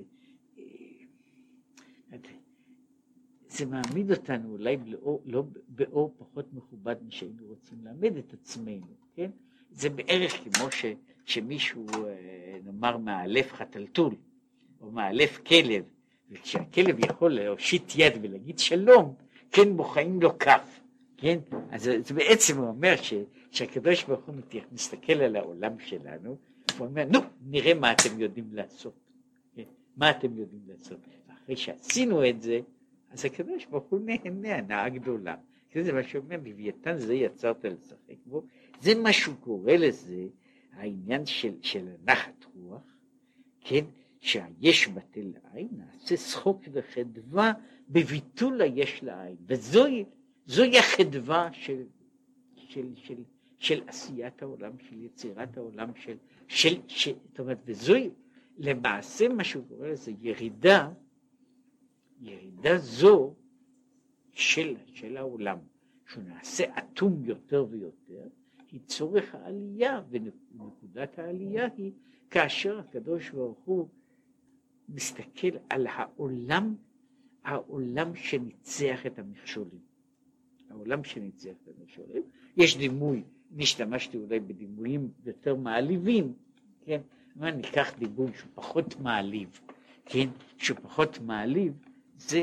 אה, זה מעמיד אותנו אולי באור, לא באור פחות מכובד משהיינו רוצים להעמיד את עצמנו, כן? זה בערך כמו ש, שמישהו, אה, נאמר, מאלף חתלתול, או מאלף כלב, וכשהכלב יכול להושיט יד ולהגיד שלום, כן, מוחאים לו כף, כן? אז זה בעצם הוא אומר ש, שהקדוש ברוך הוא מסתכל על העולם שלנו, הוא אומר, נו, נראה מה אתם יודעים לעשות, כן? מה אתם יודעים לעשות. ואחרי שעשינו את זה, אז הקדוש ברוך הוא נהנה, הנאה גדולה. זה מה שאומר, לוויתן זה יצרת לשחק בו, זה מה שהוא קורא לזה, העניין של, של הנחת רוח, כן? שהיש בטל לעין, נעשה שחוק וחדווה בביטול היש לעין, וזוהי, זוהי החדווה של, של, של, של עשיית העולם, של יצירת העולם, של, של, של, זאת אומרת, וזוהי למעשה מה שהוא קורא לזה, ירידה, ירידה זו של, של העולם, שהוא נעשה אטום יותר ויותר, היא צורך העלייה, ונקודת העלייה היא כאשר הקדוש ברוך הוא מסתכל על העולם, העולם שניצח את המכשולים. העולם שניצח את המכשולים. יש דימוי, נשתמשתי אולי בדימויים יותר מעליבים, כן? מה ניקח דימוי שהוא פחות מעליב, כן? שהוא פחות מעליב, זה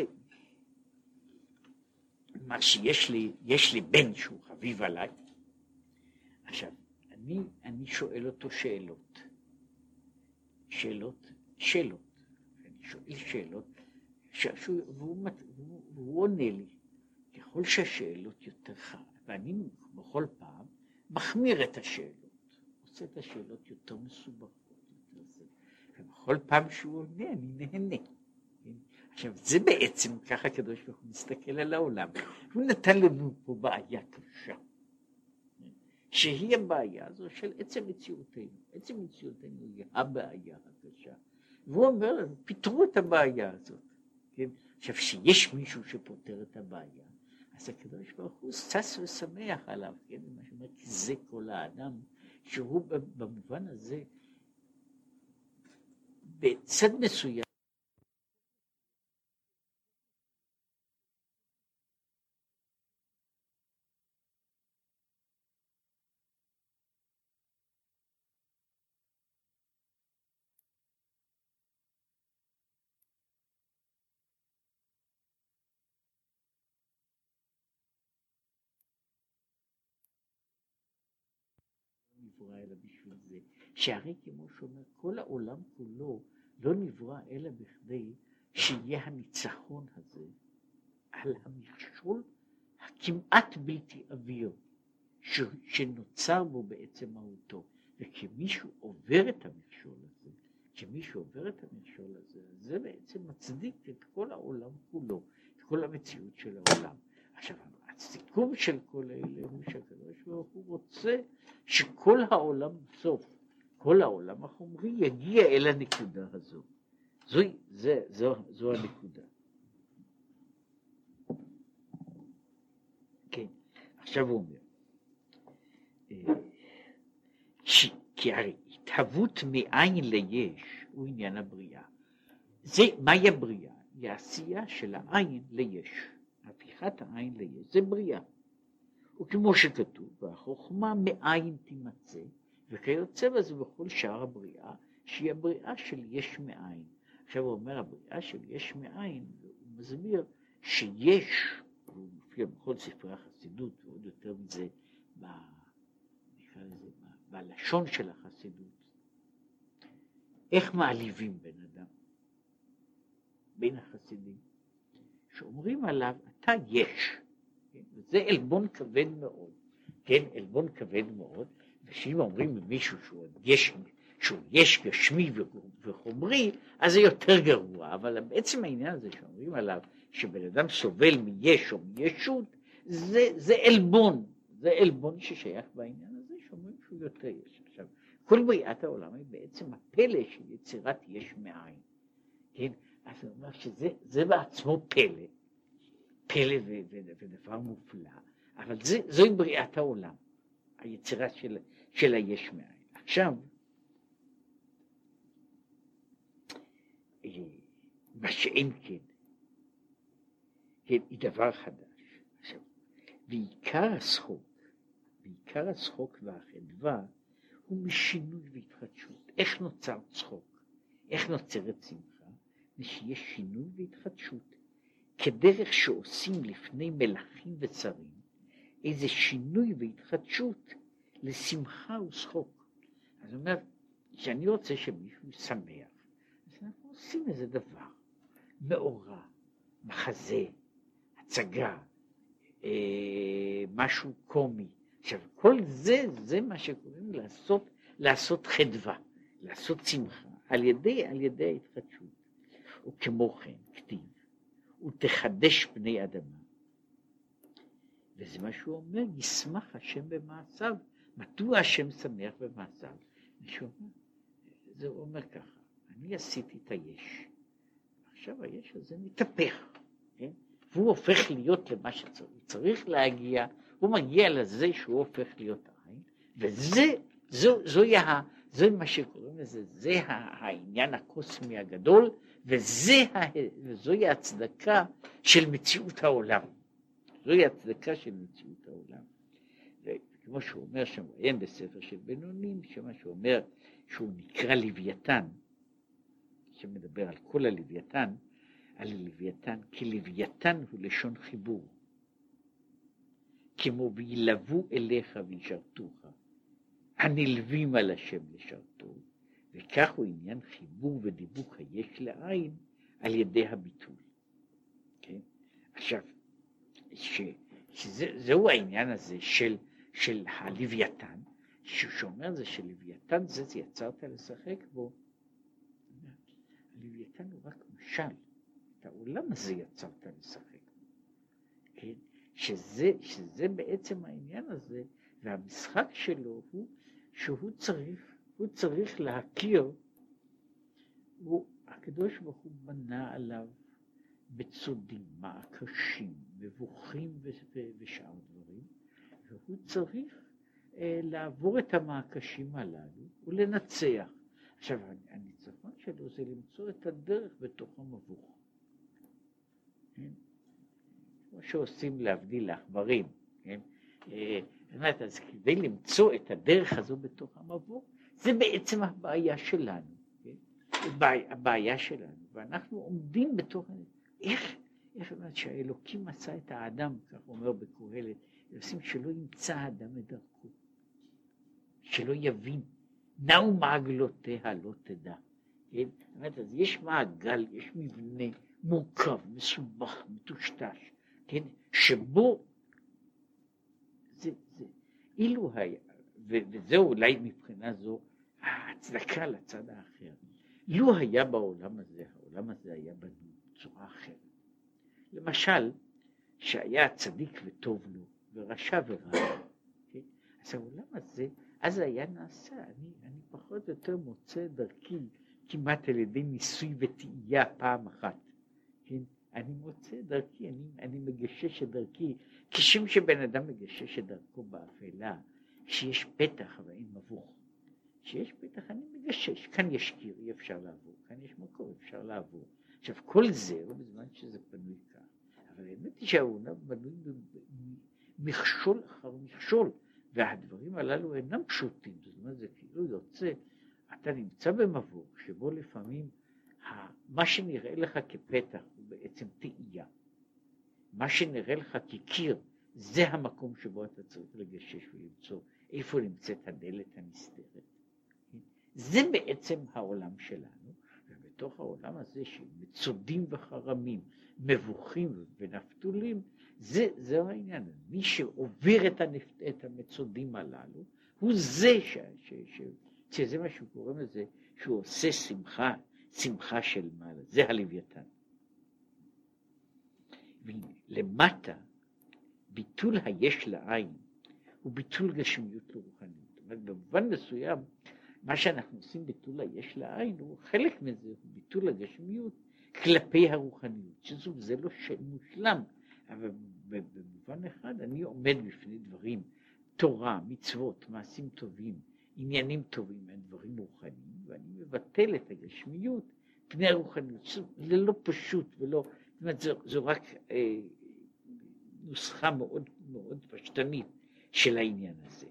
מה שיש לי, יש לי בן שהוא חביב עליי. עכשיו, אני, אני שואל אותו שאלות. שאלות, שאלות. אני שואל שאלות, שהוא, והוא, והוא, והוא עונה לי. ככל שהשאלות יותר חד, ואני בכל פעם מחמיר את השאלות, עושה את השאלות יותר מסובכות, יותר זה. ובכל פעם שהוא עונה, אני נהנה. עכשיו, זה בעצם ככה הקדוש ברוך הוא מסתכל על העולם. הוא נתן לנו פה בעיה קשה, שהיא הבעיה הזו של עצם מציאותנו. עצם מציאותנו היא הבעיה הקשה. והוא אומר לנו, פתרו את הבעיה הזאת. כן? עכשיו, שיש מישהו שפותר את הבעיה, אז הקדוש ברוך הוא שש ושמח עליו, כן? מה שאומר, כי זה כל האדם, שהוא במובן הזה, בצד מסוים, נברא אלא בשביל זה, שהרי כמו שאומר, כל העולם כולו לא נברא אלא בכדי שיהיה הניצחון הזה על המכשול הכמעט בלתי עביר ש... שנוצר בו בעצם מהותו. וכמישהו עובר את המכשול הזה, כמישהו עובר את המכשול הזה, זה בעצם מצדיק את כל העולם כולו, את כל המציאות של העולם. עכשיו, הסיכום של כל אלה הוא שהקדוש ברוך הוא רוצה שכל העולם בסוף, כל העולם החומרי יגיע אל הנקודה הזו. זו, זה, זו, זו הנקודה. כן, עכשיו הוא אומר, ש, כי הרי התהוות מאין ליש הוא עניין הבריאה. זה, מהי הבריאה? היא העשייה של העין ליש. הפיכת העין ליש, זה בריאה. וכמו שכתוב, והחוכמה מאין תימצא, וכיוצא בזה בכל שאר הבריאה, שהיא הבריאה של יש מאין. עכשיו הוא אומר, הבריאה של יש מאין, הוא מסביר שיש, הוא מופיע בכל ספרי החסידות, ועוד יותר מזה, ב, נקרא לזה, ב, בלשון של החסידות, איך מעליבים בן אדם, בין החסידים, שאומרים עליו, אתה יש, כן? וזה אלבון כבד מאוד, כן, אלבון כבד מאוד, ושאם אומרים למישהו שהוא יש, שהוא יש גשמי וחומרי, אז זה יותר גרוע, אבל בעצם העניין הזה שאומרים עליו, שבן אדם סובל מיש או מישות, זה, זה אלבון, זה אלבון ששייך בעניין הזה, שאומרים שהוא יותר יש. עכשיו, כל בריאת העולם היא בעצם הפלא של יצירת יש מאין, כן, אז הוא אומר שזה זה בעצמו פלא, פלא ו- ו- ודבר מופלא, אבל זה, זוהי בריאת העולם, היצירה של, של היש מאין. עכשיו, מה שאין כן, כן, היא דבר חדש. עכשיו, ועיקר השחוק, ועיקר השחוק והחדווה, הוא משינוי והתחדשות. איך נוצר צחוק? איך נוצרת שמחה? ושיש שינוי והתחדשות. כדרך שעושים לפני מלכים וצרים, איזה שינוי והתחדשות לשמחה ושחוק. אז הוא אומר, שאני רוצה שמישהו שמח, אז אנחנו עושים איזה דבר, מאורע, מחזה, הצגה, אה, משהו קומי. עכשיו, כל זה, זה מה שקוראים לעשות, לעשות חדווה, לעשות שמחה, על ידי, על ידי ההתחדשות. וכמו כן, כתיב, ותחדש פני אדמה. וזה מה שהוא אומר, ישמח השם במעשיו. מדוע השם שמח במעשיו? זה אומר ככה, אני עשיתי את היש, עכשיו היש הזה מתהפך, כן? והוא הופך להיות למה שצריך, צריך להגיע, הוא מגיע לזה שהוא הופך להיות עין, וזה, זו, זוהי, זוהי מה שקוראים לזה, זה העניין הקוסמי הגדול, וזה, וזוהי הצדקה של מציאות העולם. זוהי הצדקה של מציאות העולם. וכמו שהוא אומר שם, אין בספר של בינונים, שמה שהוא אומר, שהוא נקרא לוויתן, שמדבר על כל הלוויתן, על הלוויתן, כי לוויתן הוא לשון חיבור. כמו וילבו אליך וישרתוך, הנלווים על השם לשרתו, וכך הוא עניין חיבור ודיבוק היש לעין על ידי הביטול. כן? עכשיו, ש, שזהו העניין הזה של, של הלוויתן, שאומר זה שלוויתן זה, זה יצרת לשחק בו, הלוויתן הוא רק משל, את העולם הזה יצרת לשחק בו. כן? שזה, שזה בעצם העניין הזה, והמשחק שלו הוא שהוא צריך, הוא צריך להכיר, הוא, הקדוש ברוך הוא בנה עליו בצודים, מעקשים, מבוכים ושאר דברים, והוא צריך אה, לעבור את המעקשים הללו ולנצח. עכשיו, הניצחון שלו זה למצוא את הדרך בתוך המבוך. כן? כמו שעושים להבדיל לעכברים, כן? אה, זאת אז כדי למצוא את הדרך הזו בתוך המבוך, זה בעצם הבעיה שלנו, כן? הבעיה, הבעיה שלנו, ואנחנו עומדים בתוך, איך, איך אומרת שהאלוקים מצא את האדם, כך אומר בקהלת, עושים שלא ימצא האדם את דרכו, שלא יבין, נאו מעגלותיה לא תדע, כן? זאת אומרת, אז יש מעגל, יש מבנה מורכב, מסובך, מטושטש, כן? שבו זה, זה, אילו היה, וזה אולי מבחינה זו ההצדקה לצד האחר, לו היה בעולם הזה, העולם הזה היה בנוי בצורה אחרת. למשל, שהיה צדיק וטוב לו, ורשע ורע, כן? אז העולם הזה, אז היה נעשה, אני, אני פחות או יותר מוצא דרכי, כמעט על ידי ניסוי וטעייה פעם אחת, כן? אני מוצא דרכי, אני, אני מגשש את דרכי, כשם שבן אדם מגשש את דרכו באפלה, שיש פתח אבל אין מבוך. שיש פתח אני מגשש, כאן יש קיר, אי אפשר לעבור, כאן יש מקום, אפשר לעבור. עכשיו כל זה, לא בזמן שזה פנוי כך, אבל האמת היא שהעולם בנוי מכשול אחר מכשול, והדברים הללו אינם פשוטים, זאת אומרת זה כאילו יוצא, אתה נמצא במבוך, שבו לפעמים מה שנראה לך כפתח הוא בעצם תאייה. מה שנראה לך כקיר, זה המקום שבו אתה צריך לגשש ולמצוא איפה נמצאת הדלת הנסתרת. זה בעצם העולם שלנו, ובתוך העולם הזה שמצודים וחרמים, מבוכים ונפתולים, זה, זה העניין. מי שעובר את, הנפת, את המצודים הללו, הוא זה ש, ש, ש, שזה מה שהוא קורא לזה, שהוא עושה שמחה, שמחה של מעלה, זה הלוויתן. למטה, ביטול היש לעין, הוא ביטול גשמיות לרוחניות. זאת אומרת, במובן מסוים, מה שאנחנו עושים ביטול היש לעין, הוא חלק מזה, הוא ביטול הגשמיות כלפי הרוחניות, שזו, זה לא מושלם, אבל במובן אחד, אני עומד בפני דברים, תורה, מצוות, מעשים טובים, עניינים טובים, דברים רוחניים, ואני מבטל את הגשמיות פני הרוחניות. זה לא פשוט ולא, זאת אומרת, זו, זו רק אה, נוסחה מאוד מאוד פשטנית של העניין הזה.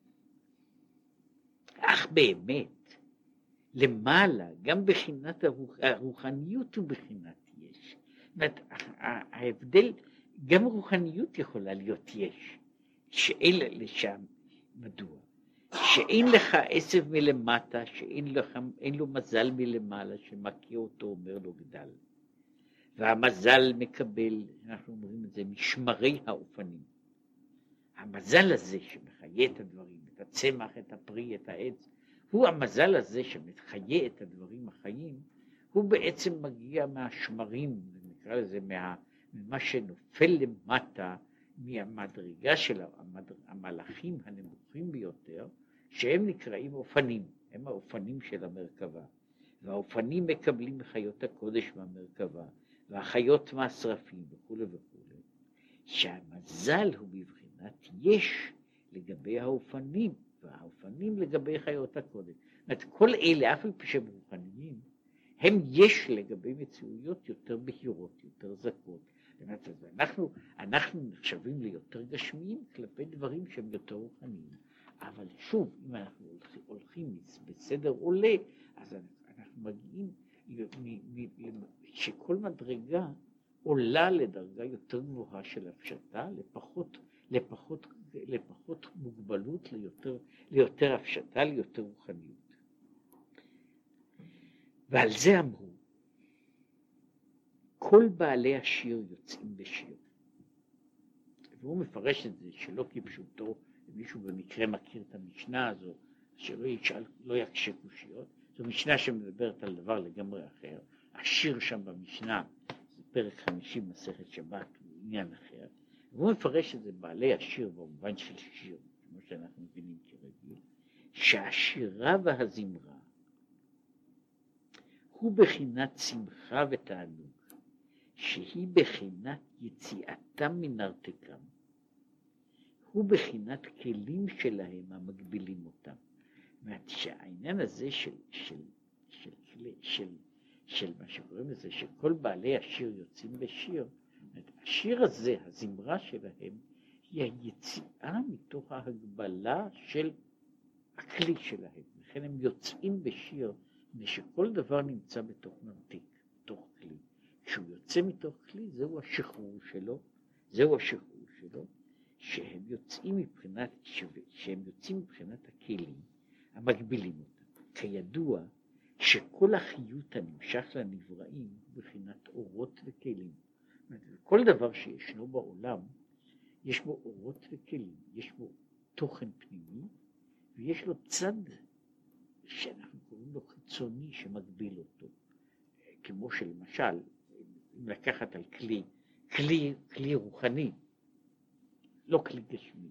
אך באמת, למעלה, גם בחינת הרוח, הרוחניות הוא בחינת יש. זאת אומרת, ההבדל, גם רוחניות יכולה להיות יש, שאלה לשם, מדוע? שאין לך עשב מלמטה, שאין לך, אין לו מזל מלמעלה, שמכה אותו אומר לו גדל. והמזל מקבל, אנחנו אומרים את זה, משמרי האופנים. המזל הזה שמחיה את הדברים, את הצמח, את הפרי, את העץ, הוא המזל הזה שמחיה את הדברים החיים, הוא בעצם מגיע מהשמרים, נקרא לזה, מה, ממה שנופל למטה, מהמדרגה של המלאכים הנמוכים ביותר, שהם נקראים אופנים, הם האופנים של המרכבה. והאופנים מקבלים מחיות הקודש מהמרכבה, והחיות מהשרפים וכו' וכו'. שהמזל הוא בבחינת יש לגבי האופנים, וה, אופנים לגבי חיות הקודש. זאת אומרת, כל אלה, אף על פי שהם רוחניים, הם יש לגבי מציאויות יותר בהירות, יותר זכות. זאת אומרת, אנחנו, אנחנו נחשבים ליותר גשמיים כלפי דברים שהם יותר רוחניים. אבל שוב, אם אנחנו הולכים, הולכים בסדר עולה, אז אנחנו מגיעים שכל מדרגה עולה לדרגה יותר גבוהה של הפשטה, לפחות, לפחות, לפחות מוגבלות, ליותר, ליותר הפשטה, ליותר רוחניות. ועל זה אמרו, כל בעלי השיר יוצאים בשיר. והוא מפרש את זה שלא כפשוטו, מישהו במקרה מכיר את המשנה הזו, שלא ישאל, לא יקשה קושיות, זו משנה שמדברת על דבר לגמרי אחר. השיר שם במשנה, זה פרק חמישים מסכת שבת, הוא עניין אחר. והוא מפרש את זה בעלי השיר במובן של שיר, כמו שאנחנו מבינים כרגיל, שהשירה והזמרה הוא בחינת שמחה ותענוג, שהיא בחינת יציאתם מנרתקם, הוא בחינת כלים שלהם המגבילים אותם. זאת אומרת שהעניין הזה של, של, של, של, של, של מה שקוראים לזה, שכל בעלי השיר יוצאים בשיר, השיר הזה, הזמרה שלהם, היא היציאה מתוך ההגבלה של הכלי שלהם. לכן הם יוצאים בשיר, שכל דבר נמצא בתוך נרתיק, בתוך כלי. כשהוא יוצא מתוך כלי, זהו השחרור שלו, זהו השחרור שלו, שהם יוצאים מבחינת, שהם יוצאים מבחינת הכלים, המגבילים אותם. כידוע, שכל החיות הנמשך לנבראים הוא בחינת אורות וכלים. כל דבר שישנו בעולם, יש בו אורות וכלים, יש בו תוכן פנימי, ויש לו צד שאנחנו קוראים לו חיצוני שמגביל אותו. כמו שלמשל, אם לקחת על כלי, כלי, כלי רוחני, לא כלי גשמי.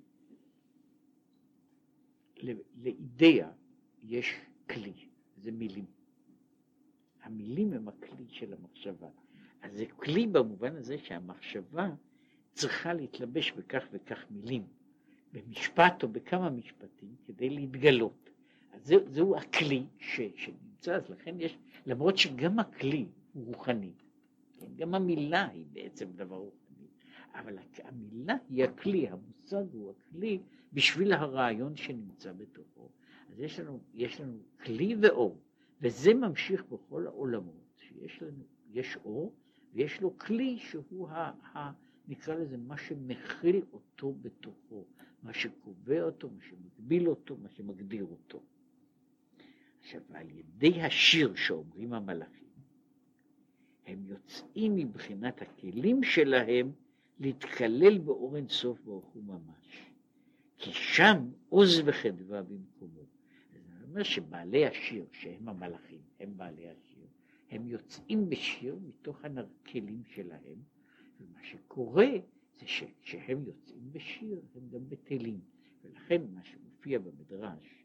לאידאה יש כלי, זה מילים. המילים הם הכלי של המחשבה. אז זה כלי במובן הזה שהמחשבה צריכה להתלבש בכך וכך מילים, במשפט או בכמה משפטים, כדי להתגלות. אז זה, זהו הכלי ש, שנמצא, אז לכן יש, למרות שגם הכלי הוא רוחני, גם המילה היא בעצם דבר רוחני, אבל המילה היא הכלי, המושג הוא הכלי בשביל הרעיון שנמצא בתוכו. אז יש לנו, יש לנו כלי ואור, וזה ממשיך בכל העולמות, שיש לנו, יש אור, ויש לו כלי שהוא, ה, ה, נקרא לזה, מה שמכיל אותו בתוכו, מה שקובע אותו, מה שמגביל אותו, מה שמגדיר אותו. עכשיו, על ידי השיר שאומרים המלאכים, הם יוצאים מבחינת הכלים שלהם להתקלל באור אין סוף ברוך הוא ממש. כי שם עוז וחדווה במקומו. זה אומר שבעלי השיר, שהם המלאכים, הם בעלי השיר, הם יוצאים בשיר מתוך הכלים שלהם, ומה שקורה זה שכשהם יוצאים בשיר הם גם בטלים. ולכן מה שמופיע במדרש,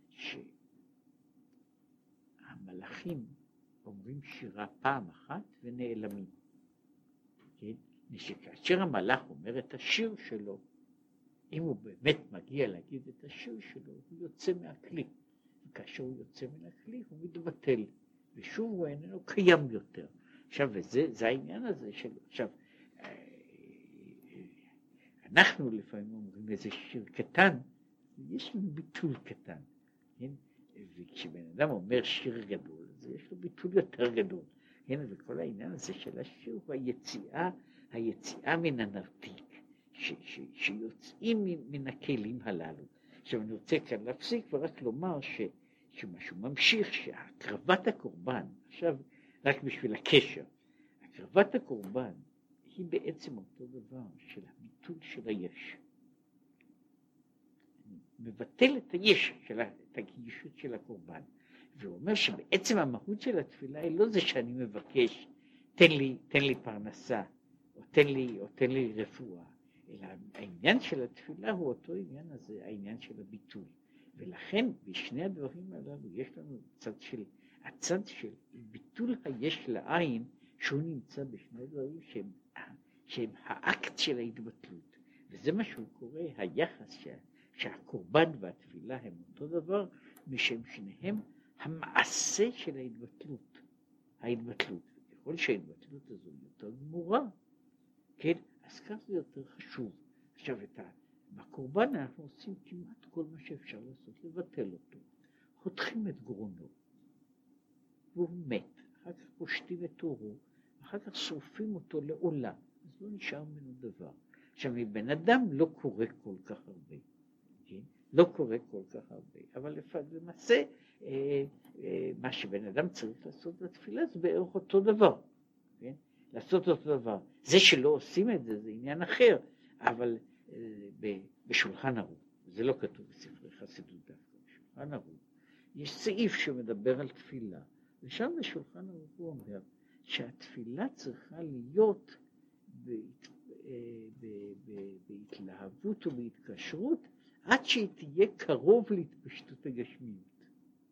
שהמלאכים אומרים שירה פעם אחת ונעלמים. כן? שכאשר המלאך אומר את השיר שלו, אם הוא באמת מגיע להגיד את השיר שלו, הוא יוצא מהכלי. וכאשר הוא יוצא מן הכלי, הוא מתבטל. ושוב הוא איננו קיים יותר. עכשיו, וזה, זה העניין הזה של, עכשיו, אנחנו לפעמים אומרים איזה שיר קטן, יש לנו ביטול קטן. כן? וכשבן אדם אומר שיר גדול, אז יש לו ביטול יותר גדול. כן? וכל העניין הזה של השיר הוא היציאה, היציאה מן הנרתיק, ש, ש, שיוצאים מן הכלים הללו. עכשיו אני רוצה כאן להפסיק ורק לומר ש, שמשהו ממשיך, שהקרבת הקורבן, עכשיו רק בשביל הקשר, הקרבת הקורבן היא בעצם אותו דבר של הביטול של היש. מבטל את היש, של, את הגישות של הקורבן. והוא אומר שבעצם המהות של התפילה היא לא זה שאני מבקש, תן לי, תן לי פרנסה, או תן לי, או תן לי רפואה, אלא העניין של התפילה הוא אותו עניין הזה, העניין של הביטול. ולכן בשני הדברים הללו יש לנו צד של, הצד של ביטול היש לעין, שהוא נמצא בשני דברים שהם, שהם האקט של ההתבטלות. וזה מה שהוא קורא, היחס ש, שהקורבן והתפילה הם אותו דבר, משם שניהם המעשה של ההתבטלות, ההתבטלות, ככל שההתבטלות הזו יותר גמורה, כן, אז כך זה יותר חשוב. עכשיו, את ה... בקורבן אנחנו עושים כמעט כל מה שאפשר לעשות, לבטל אותו, חותכים את גרונו, והוא מת, אחר כך פושטים את עורו, אחר כך שורפים אותו לעולה, אז לא נשאר ממנו דבר. עכשיו, מבן אדם לא קורה כל כך הרבה, כן? לא קורה כל כך הרבה, אבל למעשה, אה, אה, מה שבן אדם צריך לעשות בתפילה זה בערך אותו דבר, כן? לעשות אותו דבר. זה שלא עושים את זה, זה עניין אחר, אבל אה, ב, בשולחן ערוך, זה לא כתוב בספרי חסידות דווקא, בשולחן ערוך, יש סעיף שמדבר על תפילה, ושם בשולחן ערוך הוא אומר, שהתפילה צריכה להיות בהת... בהתלהבות ובהתקשרות עד שהיא תהיה קרוב להתפשטות הגשמיות,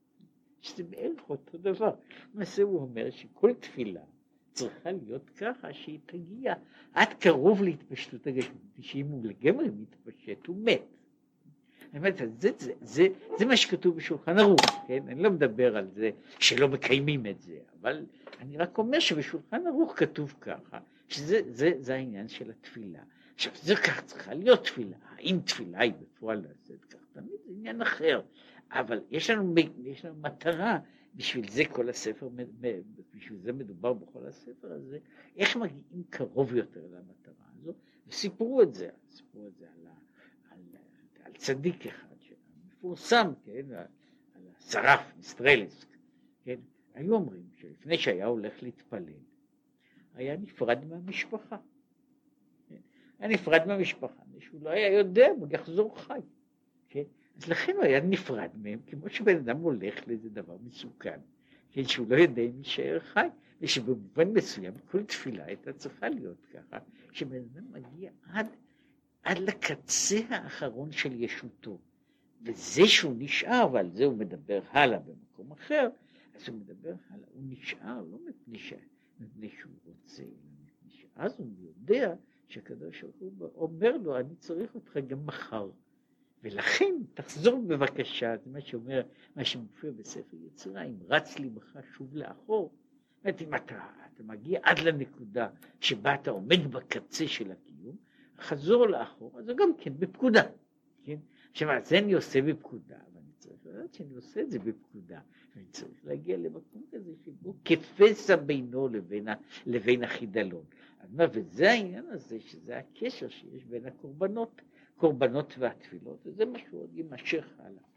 שזה בערך אותו דבר. למעשה הוא אומר שכל תפילה צריכה להיות ככה שהיא תגיע עד קרוב להתפשטות הגשמיות, שאם הוא לגמרי מתפשט הוא מת. האמת, זה, זה, זה, זה מה שכתוב בשולחן ערוך, כן? אני לא מדבר על זה שלא מקיימים את זה, אבל אני רק אומר שבשולחן ערוך כתוב ככה, שזה זה, זה העניין של התפילה. עכשיו, זה כך צריכה להיות תפילה. האם תפילה היא בפועל לעשות כך? תמיד זה עניין אחר. אבל יש לנו, יש לנו מטרה, בשביל זה כל הספר, בשביל זה מדובר בכל הספר הזה, איך מגיעים קרוב יותר למטרה הזו, וסיפרו את זה, סיפרו את זה על, על, על צדיק אחד, מפורסם, כן, על השרף, מיסטרלסק, כן, היו אומרים שלפני שהיה הולך להתפלל, היה נפרד מהמשפחה, כן? היה נפרד מהמשפחה, שהוא לא היה יודע, הוא יחזור חי, כן? אז לכן הוא היה נפרד מהם, כמו שבן אדם הולך לאיזה דבר מסוכן, כן? שהוא לא יודע אם יישאר חי, ושבמובן מסוים כל תפילה הייתה צריכה להיות ככה, שבן אדם מגיע עד, עד לקצה האחרון של ישותו, וזה שהוא נשאר, ועל זה הוא מדבר הלאה במקום אחר, אז הוא מדבר הלאה, הוא נשאר לא מפני ש... מפני שהוא רוצה, אז הוא יודע שהקדוש ברוך הוא אומר לו, אני צריך אותך גם מחר, ולכן תחזור בבקשה, זה מה שאומר, מה שמופיע בספר יצירה, אם רץ ליבך שוב לאחור, זאת אומרת, אם אתה, אתה מגיע עד לנקודה שבה אתה עומד בקצה של הקיום, חזור לאחור, אז זה גם כן בפקודה, כן? עכשיו, זה אני עושה בפקודה, אבל אני צריך לדעת שאני עושה את זה בפקודה, אני צריך להגיע למקום כזה שבו כפסע בינו לבין, לבין החידלון. אז מה, וזה העניין הזה, שזה הקשר שיש בין הקורבנות, קורבנות והתפילות, וזה מה שהוא עוד יימשך הלאה.